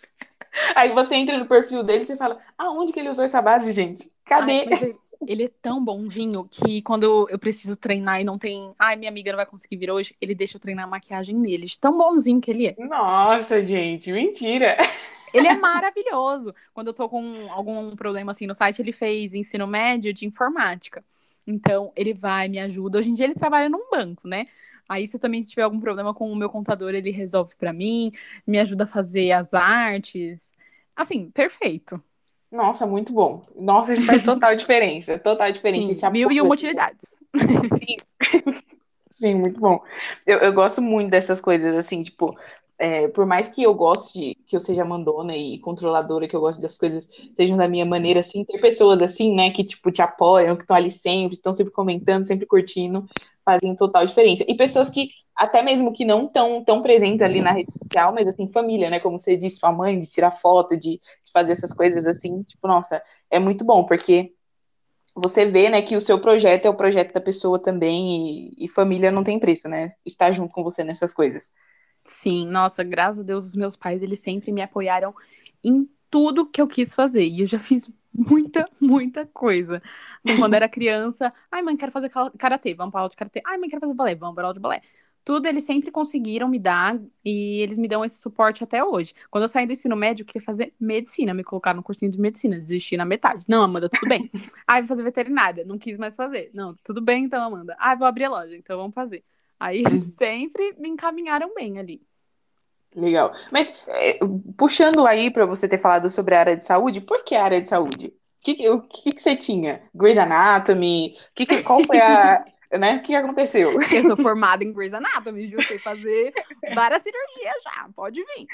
Aí você entra no perfil dele e você fala, aonde que ele usou essa base, gente? Ai, Cadê? mas ele, ele é tão bonzinho que quando eu preciso treinar e não tem. Ai, minha amiga não vai conseguir vir hoje, ele deixa eu treinar a maquiagem nele. De tão bonzinho que ele é. Nossa, gente, mentira. Ele é maravilhoso. Quando eu tô com algum problema assim no site, ele fez ensino médio de informática. Então, ele vai, me ajuda. Hoje em dia ele trabalha num banco, né? Aí, se eu também tiver algum problema com o meu contador, ele resolve pra mim, me ajuda a fazer as artes. Assim, perfeito. Nossa, muito bom. Nossa, isso faz total diferença, total diferença, Sim, esse mil e apoio, uma assim. utilidades. Sim, sim, muito bom. Eu, eu gosto muito dessas coisas, assim, tipo, é, por mais que eu goste, que eu seja mandona e controladora, que eu goste das coisas sejam da minha maneira, assim, ter pessoas assim, né, que, tipo, te apoiam, que estão ali sempre, estão sempre comentando, sempre curtindo, fazem total diferença. E pessoas que, até mesmo que não estão tão presentes ali na rede social, mas, assim, família, né, como você disse, sua mãe, de tirar foto, de, de fazer essas coisas, assim, tipo, nossa, é muito bom, porque você vê, né, que o seu projeto é o projeto da pessoa também e, e família não tem preço, né? Estar junto com você nessas coisas. Sim, nossa, graças a Deus, os meus pais, eles sempre me apoiaram em tudo que eu quis fazer. E eu já fiz muita, muita coisa. Assim, quando era criança, ai, mãe, quero fazer karatê, vamos para aula de karatê. Ai, mãe, quero fazer balé, vamos para aula de balé. Tudo eles sempre conseguiram me dar e eles me dão esse suporte até hoje. Quando eu saí do ensino médio, eu queria fazer medicina, me colocaram no cursinho de medicina, desisti na metade. Não, Amanda, tudo bem. Ai, vou fazer veterinária, não quis mais fazer. Não, tudo bem então, Amanda. Ai, vou abrir a loja, então vamos fazer. Aí eles Uhum. sempre me encaminharam bem ali. Legal. Mas é, puxando aí para você ter falado sobre a área de saúde, por que a área de saúde? Que, que- o que, que você tinha? Grey's Anatomy? Que, que, qual foi a, né? O que aconteceu? Eu sou formada em Grey's Anatomy, eu sei fazer várias cirurgias já, pode vir.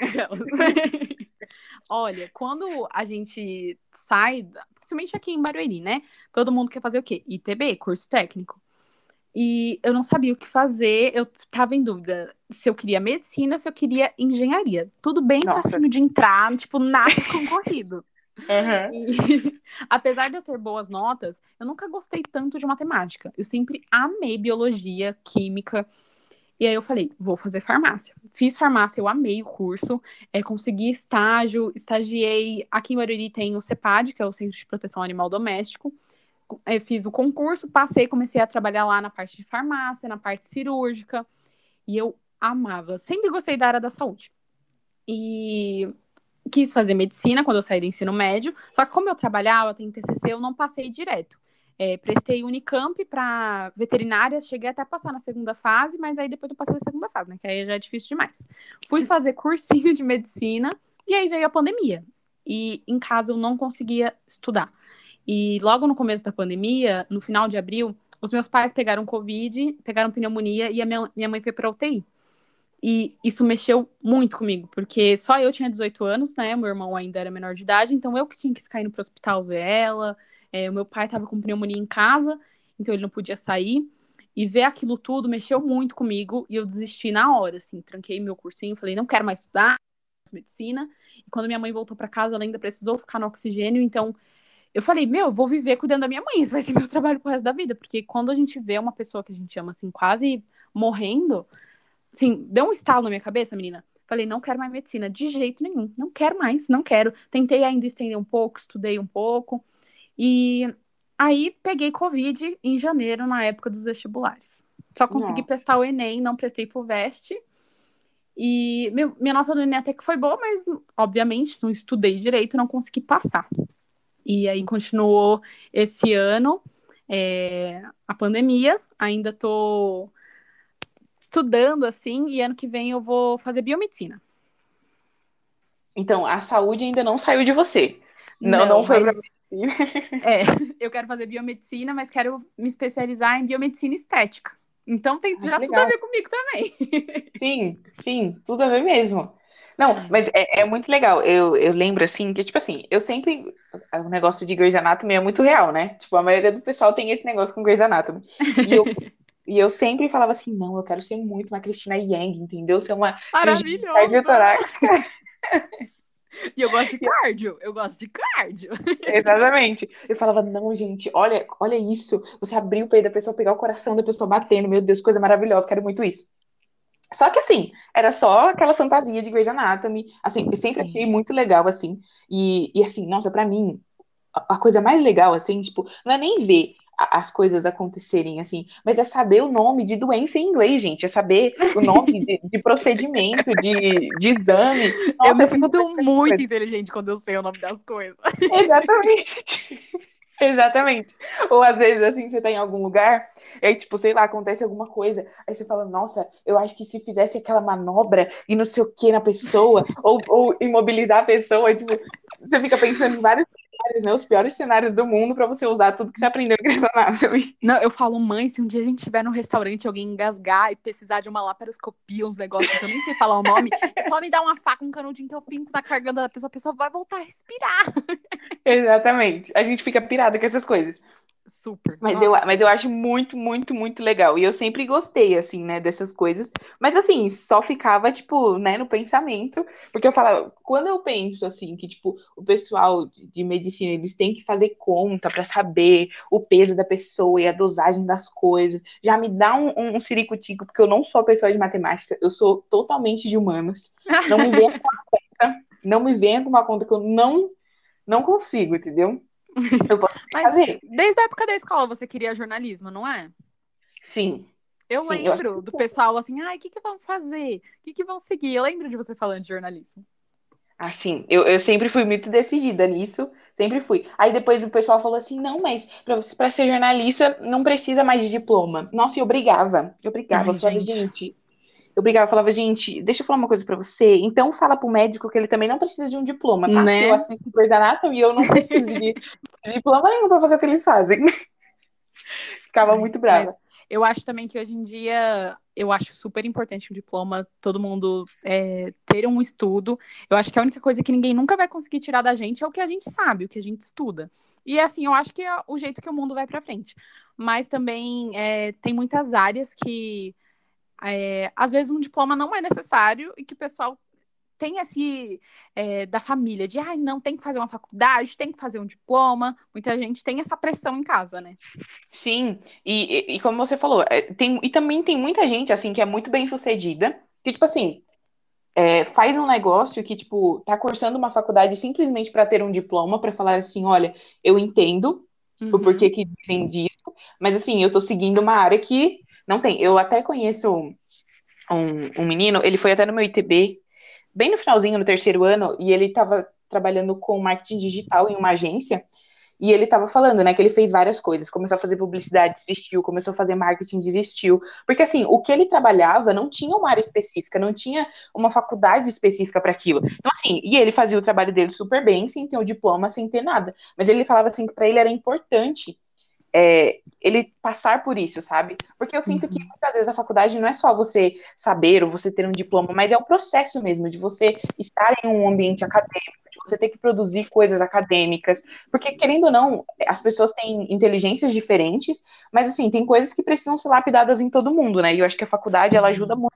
Olha, quando a gente sai, principalmente aqui em Barueri, né? Todo mundo quer fazer o quê? I T B, curso técnico. E eu não sabia o que fazer, eu tava em dúvida se eu queria medicina ou se eu queria engenharia. Tudo bem Nossa. facinho de entrar, tipo, nada concorrido. Uhum. E apesar de eu ter boas notas, eu nunca gostei tanto de matemática. Eu sempre amei biologia, química. E aí eu falei, vou fazer farmácia. Fiz farmácia, eu amei o curso, é, consegui estágio, estagiei. Aqui em Barueri tem o CEPAD, que é o Centro de Proteção Animal Doméstico. é, fiz o concurso, passei, comecei a trabalhar lá na parte de farmácia, na parte cirúrgica, e eu amava. Sempre gostei da área da saúde. E quis fazer medicina quando eu saí do ensino médio, só que como eu trabalhava, tem T C C, eu não passei direto. É, prestei Unicamp para veterinária, cheguei até a passar na segunda fase, mas aí depois eu passei na segunda fase, né? Que aí já é difícil demais. Fui fazer cursinho de medicina e aí veio a pandemia. E em casa eu não conseguia estudar. E logo no começo da pandemia, no final de abril, os meus pais pegaram Covid, pegaram pneumonia e a minha, minha mãe foi para U T I. E isso mexeu muito comigo, porque só eu tinha dezoito anos, né? Meu irmão ainda era menor de idade, então eu que tinha que ficar indo pro hospital ver ela. É, o meu pai tava com pneumonia em casa, então ele não podia sair. E ver aquilo tudo mexeu muito comigo e eu desisti na hora, assim. Tranquei meu cursinho, falei, não quero mais estudar medicina. E quando minha mãe voltou para casa, ela ainda precisou ficar no oxigênio, então eu falei, meu, eu vou viver cuidando da minha mãe, isso vai ser meu trabalho pro resto da vida, porque quando a gente vê uma pessoa que a gente ama, assim, quase morrendo, assim, deu um estalo na minha cabeça, menina. Falei, não quero mais medicina, de jeito nenhum. Não quero mais, não quero. Tentei ainda estender um pouco, estudei um pouco. E aí peguei Covid em janeiro, na época dos vestibulares. Só consegui Não. prestar o Enem, não prestei pro Veste. E meu, minha nota no Enem até que foi boa, mas obviamente não estudei direito, não consegui passar. E aí continuou esse ano é, a pandemia. Ainda tô estudando assim, e ano que vem eu vou fazer biomedicina. Então, a saúde ainda não saiu de você. Não, não Não, foi pra mas medicina. é, eu quero fazer biomedicina, mas quero me especializar em biomedicina estética. Então tem Ah, que já tudo a legal. ver comigo também. Sim, sim, tudo a ver mesmo. Não, É. mas é, é muito legal. Eu, eu lembro, assim, que, tipo assim, eu sempre. O negócio de Grey's Anatomy é muito real, né? Tipo, a maioria do pessoal tem esse negócio com Grey's Anatomy. E eu, e eu sempre falava assim: não, eu quero ser muito uma Christina Yang, entendeu? Ser uma cirurgiã Maravilhosa! cardiotorácica. E eu gosto de cardio, eu gosto de cardio. Exatamente. Eu falava, não, gente, olha, olha isso. Você abrir o peito da pessoa, pegar o coração da pessoa batendo. Meu Deus, coisa maravilhosa, quero muito isso. Só que assim, era só aquela fantasia de Grey's Anatomy. Assim, eu sempre achei Sim. muito legal, assim. E, e assim, nossa, pra mim, a, a coisa mais legal, assim, tipo, não é nem ver a- as coisas acontecerem, assim, mas é saber o nome de doença em inglês, gente. É saber o nome de, de procedimento, de, de exame. Eu Nossa, me eu fico sinto doida com essas muito coisas. inteligente quando eu sei o nome das coisas. Exatamente. Exatamente. Ou às vezes, assim, você tá em algum lugar, e aí, tipo, sei lá, acontece alguma coisa, aí você fala, nossa, eu acho que se fizesse aquela manobra e não sei o que na pessoa, ou, ou imobilizar a pessoa, tipo, você fica pensando em vários cenários, né? Os piores cenários do mundo pra você usar tudo que você aprendeu no Grey's Anatomy. Não, eu falo, mãe, se um dia a gente estiver no restaurante, alguém engasgar e precisar de uma laparoscopia, uns negócios que eu nem sei falar o nome, é só me dar uma faca, um canudinho que eu finco, tá carregando a pessoa, a pessoa vai voltar a respirar. Exatamente. A gente fica pirada com essas coisas. Super. Mas eu, Nossa mas eu Senhora. acho muito, muito, muito legal. E eu sempre gostei, assim, né, dessas coisas. Mas, assim, só ficava, tipo, né, no pensamento. Porque eu falava, quando eu penso, assim, que, tipo, o pessoal de, de medicina, eles têm que fazer conta para saber o peso da pessoa e a dosagem das coisas, já me dá um, um, um ciricutico, porque eu não sou pessoa de matemática, eu sou totalmente de humanas. Não me venha com uma conta, não me venha com uma conta que eu não, não consigo, entendeu? Eu posso Mas fazer. desde a época da escola você queria jornalismo, não é? Sim, Eu sim, eu acho lembro do pessoal assim, ai, o que que vão fazer? O que que vão seguir? Eu lembro de você falando de jornalismo. assim, eu, eu sempre fui muito decidida nisso, sempre fui. Aí depois o pessoal falou assim, não, mas pra, você- pra ser jornalista não precisa mais de diploma. Nossa, e eu brigava, eu brigava, eu Ai, falava, gente. gente, eu brigava, eu falava, gente, deixa eu falar uma coisa pra você, então fala pro médico que ele também não precisa de um diploma, tá? Que eu Né? assisto Grey's Anatomy e eu não preciso de, de diploma nenhum pra fazer o que eles fazem. Ficava Ai, muito mas brava. eu acho também que hoje em dia eu acho super importante o diploma, todo mundo é, ter um estudo. Eu acho que a única coisa que ninguém nunca vai conseguir tirar da gente é o que a gente sabe, o que a gente estuda. E assim, eu acho que é o jeito que o mundo vai para frente. Mas também é, tem muitas áreas que é, às vezes um diploma não é necessário e que o pessoal tem esse é, da família, de ai, ah, não, tem que fazer uma faculdade, tem que fazer um diploma. Muita gente tem essa pressão em casa, né? Sim, e, e, e como você falou, é, tem, e também tem muita gente, assim, que é muito bem sucedida, que, tipo assim, é, faz um negócio que, tipo, tá cursando uma faculdade simplesmente para ter um diploma, para falar assim, olha, eu entendo, o porquê Uhum. que dizem disso, mas assim, eu tô seguindo uma área que não tem. Eu até conheço um, um menino, ele foi até no meu I T B, bem no finalzinho, no terceiro ano, e ele tava trabalhando com marketing digital em uma agência, e ele estava falando, né, que ele fez várias coisas, começou a fazer publicidade, desistiu, começou a fazer marketing, desistiu, porque assim, o que ele trabalhava não tinha uma área específica, não tinha uma faculdade específica para aquilo. Então assim, e ele fazia o trabalho dele super bem, sem ter o diploma, sem ter nada, mas ele falava assim que para ele era importante é, ele passar por isso, sabe? Porque eu sinto que Uhum. muitas vezes a faculdade não é só você saber ou você ter um diploma, mas é o processo mesmo de você estar em um ambiente acadêmico, de você ter que produzir coisas acadêmicas, porque querendo ou não, as pessoas têm inteligências diferentes, mas assim, tem coisas que precisam ser lapidadas em todo mundo, né? E eu acho que a faculdade ela ajuda Sim. muito.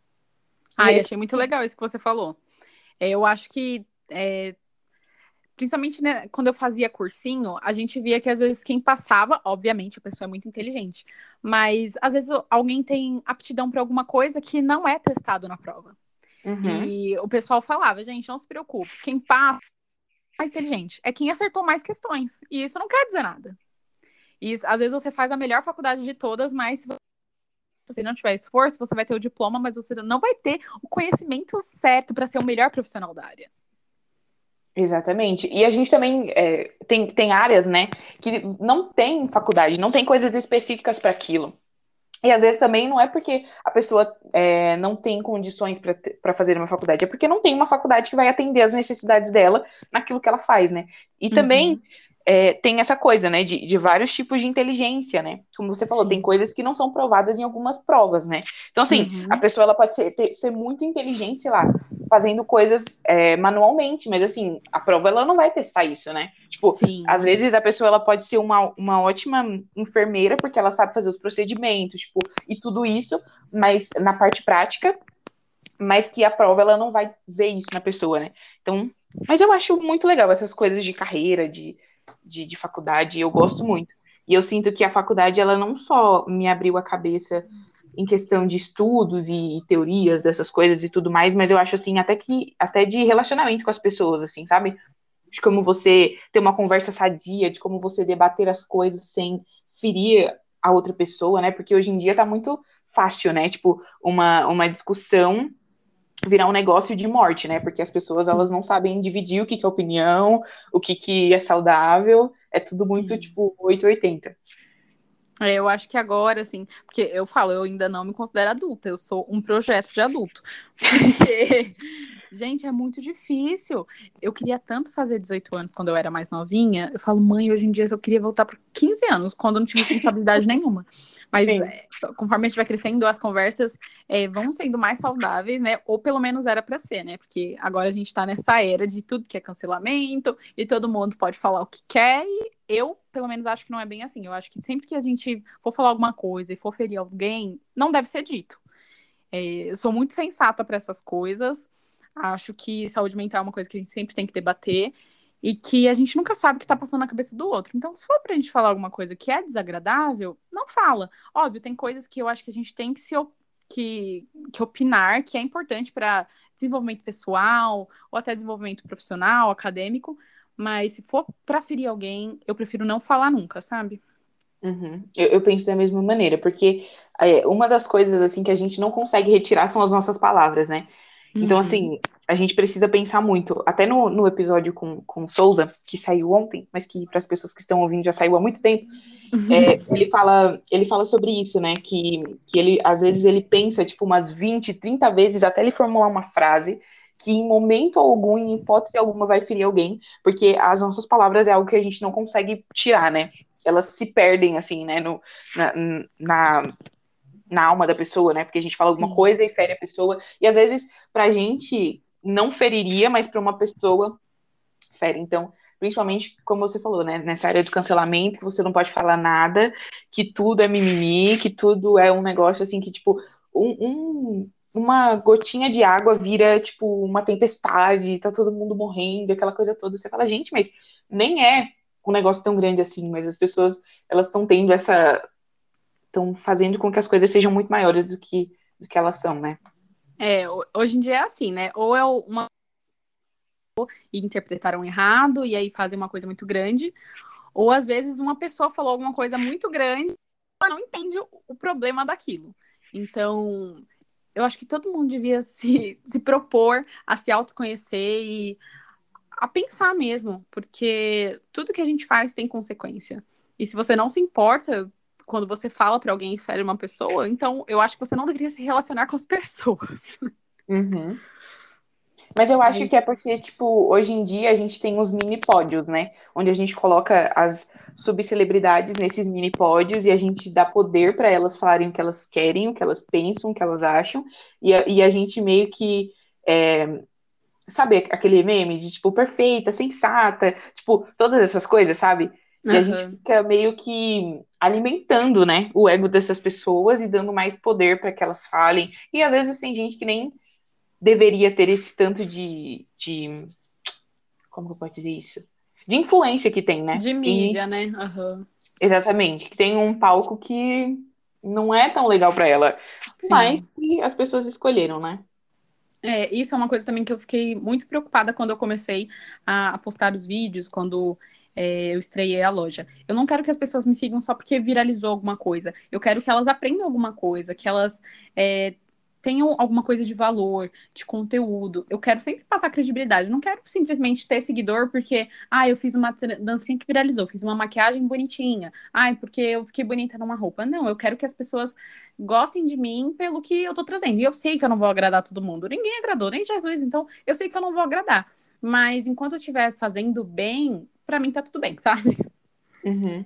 E Ai, ele achei muito legal isso que você falou. É, eu acho que, é, principalmente, né, quando eu fazia cursinho, a gente via que às vezes quem passava, obviamente, a pessoa é muito inteligente, mas às vezes alguém tem aptidão para alguma coisa que não é testado na prova. Uhum. E o pessoal falava, gente, não se preocupe, quem passa é mais inteligente é quem acertou mais questões. E isso não quer dizer nada. E às vezes você faz a melhor faculdade de todas, mas se você não tiver esforço, você vai ter o diploma, mas você não vai ter o conhecimento certo para ser o melhor profissional da área. Exatamente. E a gente também é, tem, tem áreas, né, que não tem faculdade, não tem coisas específicas para aquilo. E às vezes também não é porque a pessoa é, não tem condições para fazer uma faculdade, é porque não tem uma faculdade que vai atender as necessidades dela naquilo que ela faz, né? E também Uhum. é, tem essa coisa, né, de, de vários tipos de inteligência, né? Como você falou, tem Sim. coisas que não são provadas em algumas provas, né? Então, assim, a Uhum. pessoa ela pode ser, ter- ser muito inteligente, sei lá, fazendo coisas é, manualmente, mas assim, a prova ela não vai testar isso, né? Tipo, Sim. às vezes a pessoa ela pode ser uma, uma ótima enfermeira porque ela sabe fazer os procedimentos, tipo, e tudo isso, mas na parte prática, mas que a prova ela não vai ver isso na pessoa, né? Então, mas eu acho muito legal essas coisas de carreira, de, de, de faculdade, eu gosto muito. E eu sinto que a faculdade ela não só me abriu a cabeça em questão de estudos e teorias dessas coisas e tudo mais, mas eu acho assim até que até de relacionamento com as pessoas, assim, sabe? De como você ter uma conversa sadia, de como você debater as coisas sem ferir a outra pessoa, né? Porque hoje em dia tá muito fácil, né? Tipo, uma, uma discussão virar um negócio de morte, né? Porque as pessoas elas Sim. não sabem dividir o que, que é opinião, o que, que é saudável, é tudo muito Sim. tipo oito ou oitenta. É, eu acho que agora, assim, porque eu falo, eu ainda não me considero adulta, eu sou um projeto de adulto. Porque, gente, é muito difícil. Eu queria tanto fazer dezoito anos quando eu era mais novinha. Eu falo, mãe, hoje em dia eu queria voltar para quinze anos, quando eu não tinha responsabilidade nenhuma. Mas Sim. é, conforme a gente vai crescendo, as conversas é, vão sendo mais saudáveis, né? Ou pelo menos era para ser, né? Porque agora a gente tá nessa era de tudo que é cancelamento e todo mundo pode falar o que quer e eu, pelo menos, acho que não é bem assim. Eu acho que sempre que a gente for falar alguma coisa e for ferir alguém, não deve ser dito. É, eu sou muito sensata para essas coisas. Acho que saúde mental é uma coisa que a gente sempre tem que debater e que a gente nunca sabe o que tá passando na cabeça do outro. Então, se for pra gente falar alguma coisa que é desagradável, não fala. Óbvio, tem coisas que eu acho que a gente tem que se que, que opinar, que é importante para desenvolvimento pessoal ou até desenvolvimento profissional, acadêmico, mas se for pra ferir alguém, eu prefiro não falar nunca, sabe? Uhum. Eu, eu penso da mesma maneira, porque é, uma das coisas assim que a gente não consegue retirar são as nossas palavras, né? Então, Uhum. assim, a gente precisa pensar muito. Até no, no episódio com, com o Souza, que saiu ontem, mas que para as pessoas que estão ouvindo já saiu há muito tempo, é, ele fala, ele fala sobre isso, né? Que, que ele, às vezes, ele pensa, tipo, umas vinte, trinta vezes até ele formular uma frase que em momento algum, em hipótese alguma, vai ferir alguém, porque as nossas palavras é algo que a gente não consegue tirar, né? Elas se perdem, assim, né? No, na, na, na alma da pessoa, né? Porque a gente fala alguma Sim. coisa e fere a pessoa. E às vezes, pra gente, não feriria, mas pra uma pessoa fere. Então, principalmente, como você falou, né? Nessa área do cancelamento, que você não pode falar nada, que tudo é mimimi, que tudo é um negócio assim que, tipo, um, um- uma gotinha de água vira, tipo, uma tempestade, tá todo mundo morrendo, aquela coisa toda. Você fala, gente, mas nem é um negócio tão grande assim, mas as pessoas, elas estão tendo essa, estão fazendo com que as coisas sejam muito maiores do que, do que elas são, né? É, ho- hoje em dia é assim, né? Ou é uma e interpretaram errado e aí fazem uma coisa muito grande, Ou às vezes uma pessoa falou alguma coisa muito grande, ela não entende o, o problema daquilo. Então, eu acho que todo mundo devia se, se propor a se autoconhecer e a pensar mesmo, porque tudo que a gente faz tem consequência. E se você não se importa quando você fala pra alguém e fere uma pessoa, então eu acho que você não deveria se relacionar com as pessoas. Uhum. Mas eu acho Ai, que é porque, tipo, hoje em dia a gente tem os mini pódios, né? Onde a gente coloca as subcelebridades nesses mini pódios e a gente dá poder para elas falarem o que elas querem, o que elas pensam, o que elas acham. E a, e a gente meio que. É, sabe aquele meme de, tipo, perfeita, sensata, tipo, todas essas coisas, sabe? E a gente aham. fica meio que alimentando, né, o ego dessas pessoas e dando mais poder para que elas falem. E às vezes tem gente que nem deveria ter esse tanto de, de como que eu posso dizer isso? De influência que tem, né? De Tem mídia, gente, né? Aham. exatamente, que tem um palco que não é tão legal para ela, mas Sim. que as pessoas escolheram, né? É, isso é uma coisa também que eu fiquei muito preocupada quando eu comecei a, a postar os vídeos, quando é, eu estreiei a loja. Eu não quero que as pessoas me sigam só porque viralizou alguma coisa. Eu quero que elas aprendam alguma coisa, que elas é, tenham alguma coisa de valor, de conteúdo. Eu quero sempre passar credibilidade. Eu não quero simplesmente ter seguidor porque, ah, eu fiz uma tra- dancinha que viralizou, fiz uma maquiagem bonitinha, ah, porque eu fiquei bonita numa roupa. Não, eu quero que as pessoas gostem de mim pelo que eu tô trazendo. E eu sei que eu não vou agradar todo mundo. Ninguém agradou, nem Jesus, então eu sei que eu não vou agradar. Mas enquanto eu estiver fazendo bem, pra mim tá tudo bem, sabe? Uhum.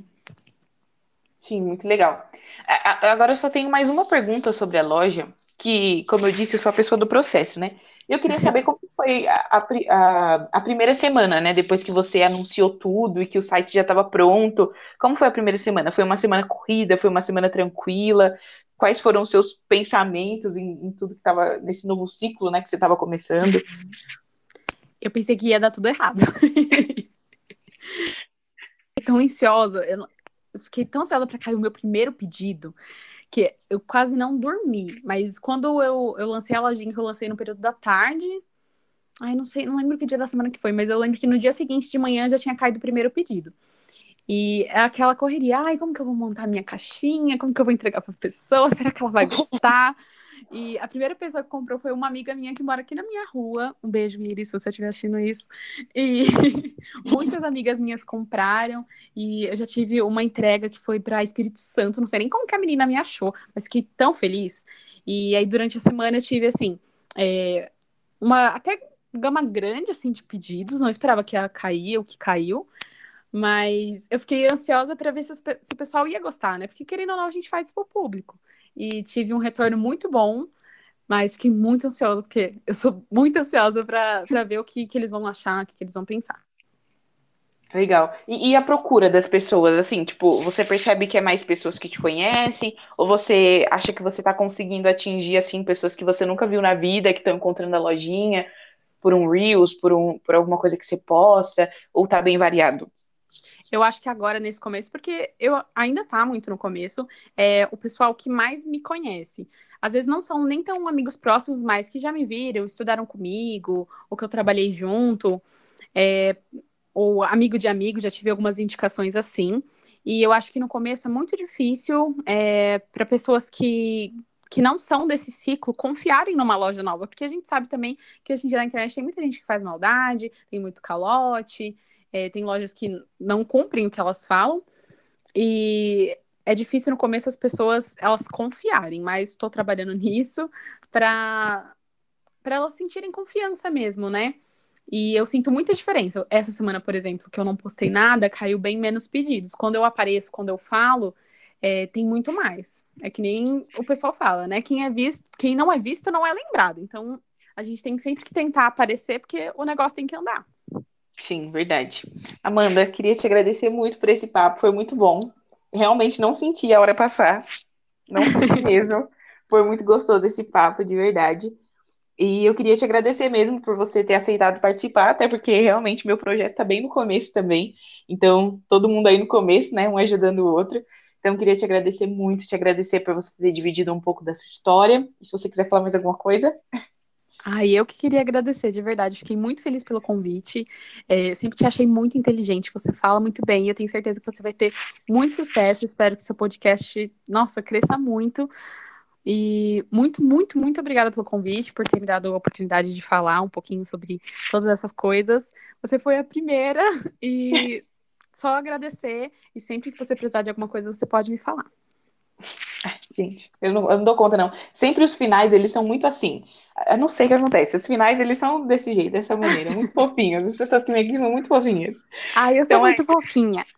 Sim, muito legal. A- a- Agora eu só tenho mais uma pergunta sobre a loja, que, como eu disse, eu sou a pessoa do processo, né? Eu queria saber como foi a, a, pri- a- a primeira semana, né? Depois que você anunciou tudo e que o site já estava pronto. Como foi a primeira semana? Foi uma semana corrida? Foi uma semana tranquila? Quais foram os seus pensamentos em, em tudo que estava nesse novo ciclo, né? Que você estava começando? Eu pensei que ia dar tudo errado. Fiquei tão ansiosa. Eu não- eu fiquei tão ansiosa pra cair o meu primeiro pedido que eu quase não dormi. Mas quando eu, eu lancei a lojinha, que eu lancei no período da tarde. Ai, não sei, não lembro que dia da semana que foi, mas eu lembro que no dia seguinte de manhã já tinha caído o primeiro pedido. E é aquela correria, ai, como que eu vou montar a minha caixinha? Como que eu vou entregar pra pessoa? Será que ela vai gostar? E a primeira pessoa que comprou foi uma amiga minha que mora aqui na minha rua. Um beijo, Iris, se você estiver assistindo isso. E muitas amigas minhas compraram. E eu já tive uma entrega que foi para Espírito Santo. Não sei nem como que a menina me achou, mas fiquei tão feliz. E aí, durante a semana, eu tive, assim, é, uma até gama grande, assim, de pedidos. Não esperava que ia cair o que caiu. Mas eu fiquei ansiosa para ver se, se, o pessoal ia gostar, né? Porque querendo ou não, a gente faz isso pro público. E tive um retorno muito bom, mas fiquei muito ansiosa, porque eu sou muito ansiosa para para ver o que, que eles vão achar, o que, que eles vão pensar. Legal. E, e a procura das pessoas, assim, tipo, você percebe que é mais pessoas que te conhecem, ou você acha que você tá conseguindo atingir, assim, pessoas que você nunca viu na vida, que estão encontrando a lojinha, por um Reels, por um, por alguma coisa que você posta, ou tá bem variado? Eu acho que agora, nesse começo, porque eu ainda tá muito no começo, é o pessoal que mais me conhece. Às vezes não são nem tão amigos próximos, mas que já me viram, estudaram comigo, ou que eu trabalhei junto. É, ou amigo de amigo, já tive algumas indicações assim. E eu acho que no começo é muito difícil é, para pessoas que, que não são desse ciclo confiarem numa loja nova, porque a gente sabe também que hoje em dia na internet tem muita gente que faz maldade, tem muito calote, é, tem lojas que não cumprem o que elas falam. E é difícil no começo as pessoas elas confiarem, mas estou trabalhando nisso para para elas sentirem confiança mesmo, né? E eu sinto muita diferença. Essa semana, por exemplo, que eu não postei nada, caiu bem menos pedidos. Quando eu apareço, quando eu falo, é, tem muito mais. É que nem o pessoal fala, né? Quem é visto, quem não é visto não é lembrado. Então, a gente tem sempre que tentar aparecer, porque o negócio tem que andar. Sim, verdade. Amanda, queria te agradecer muito por esse papo, foi muito bom. Realmente não senti a hora passar, não senti mesmo. Foi muito gostoso esse papo, de verdade. E eu queria te agradecer mesmo por você ter aceitado participar, até porque realmente meu projeto está bem no começo também. Então, todo mundo aí no começo, né? Um ajudando o outro. Então, eu queria te agradecer muito, te agradecer por você ter dividido um pouco dessa história. E se você quiser falar mais alguma coisa. Ai, eu que queria agradecer, de verdade. Fiquei muito feliz pelo convite. É, eu sempre te achei muito inteligente, você fala muito bem, e eu tenho certeza que você vai ter muito sucesso. Espero que seu podcast, nossa, cresça muito. E muito, muito, muito obrigada pelo convite, por ter me dado a oportunidade de falar um pouquinho sobre todas essas coisas. Você foi a primeira, e só agradecer. E sempre que você precisar de alguma coisa, você pode me falar. Ai, gente, eu não, eu não dou conta, não. Sempre os finais, eles são muito assim. Eu não sei o que acontece. Os finais, eles são desse jeito, dessa maneira, muito fofinhos. As pessoas que me aqui são muito fofinhas. Ai, eu sou Então é, muito fofinha.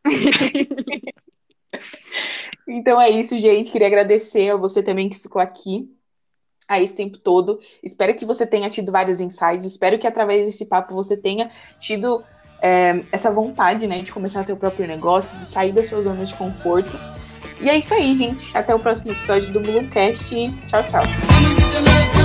então é isso, gente. Queria agradecer a você também que ficou aqui a esse tempo todo. Espero que você tenha tido vários insights. Espero que através desse papo você tenha tido é, essa vontade, né, de começar seu próprio negócio, de sair da sua zona de conforto. E é isso aí, gente. Até o próximo episódio do BlueCast. Tchau, tchau.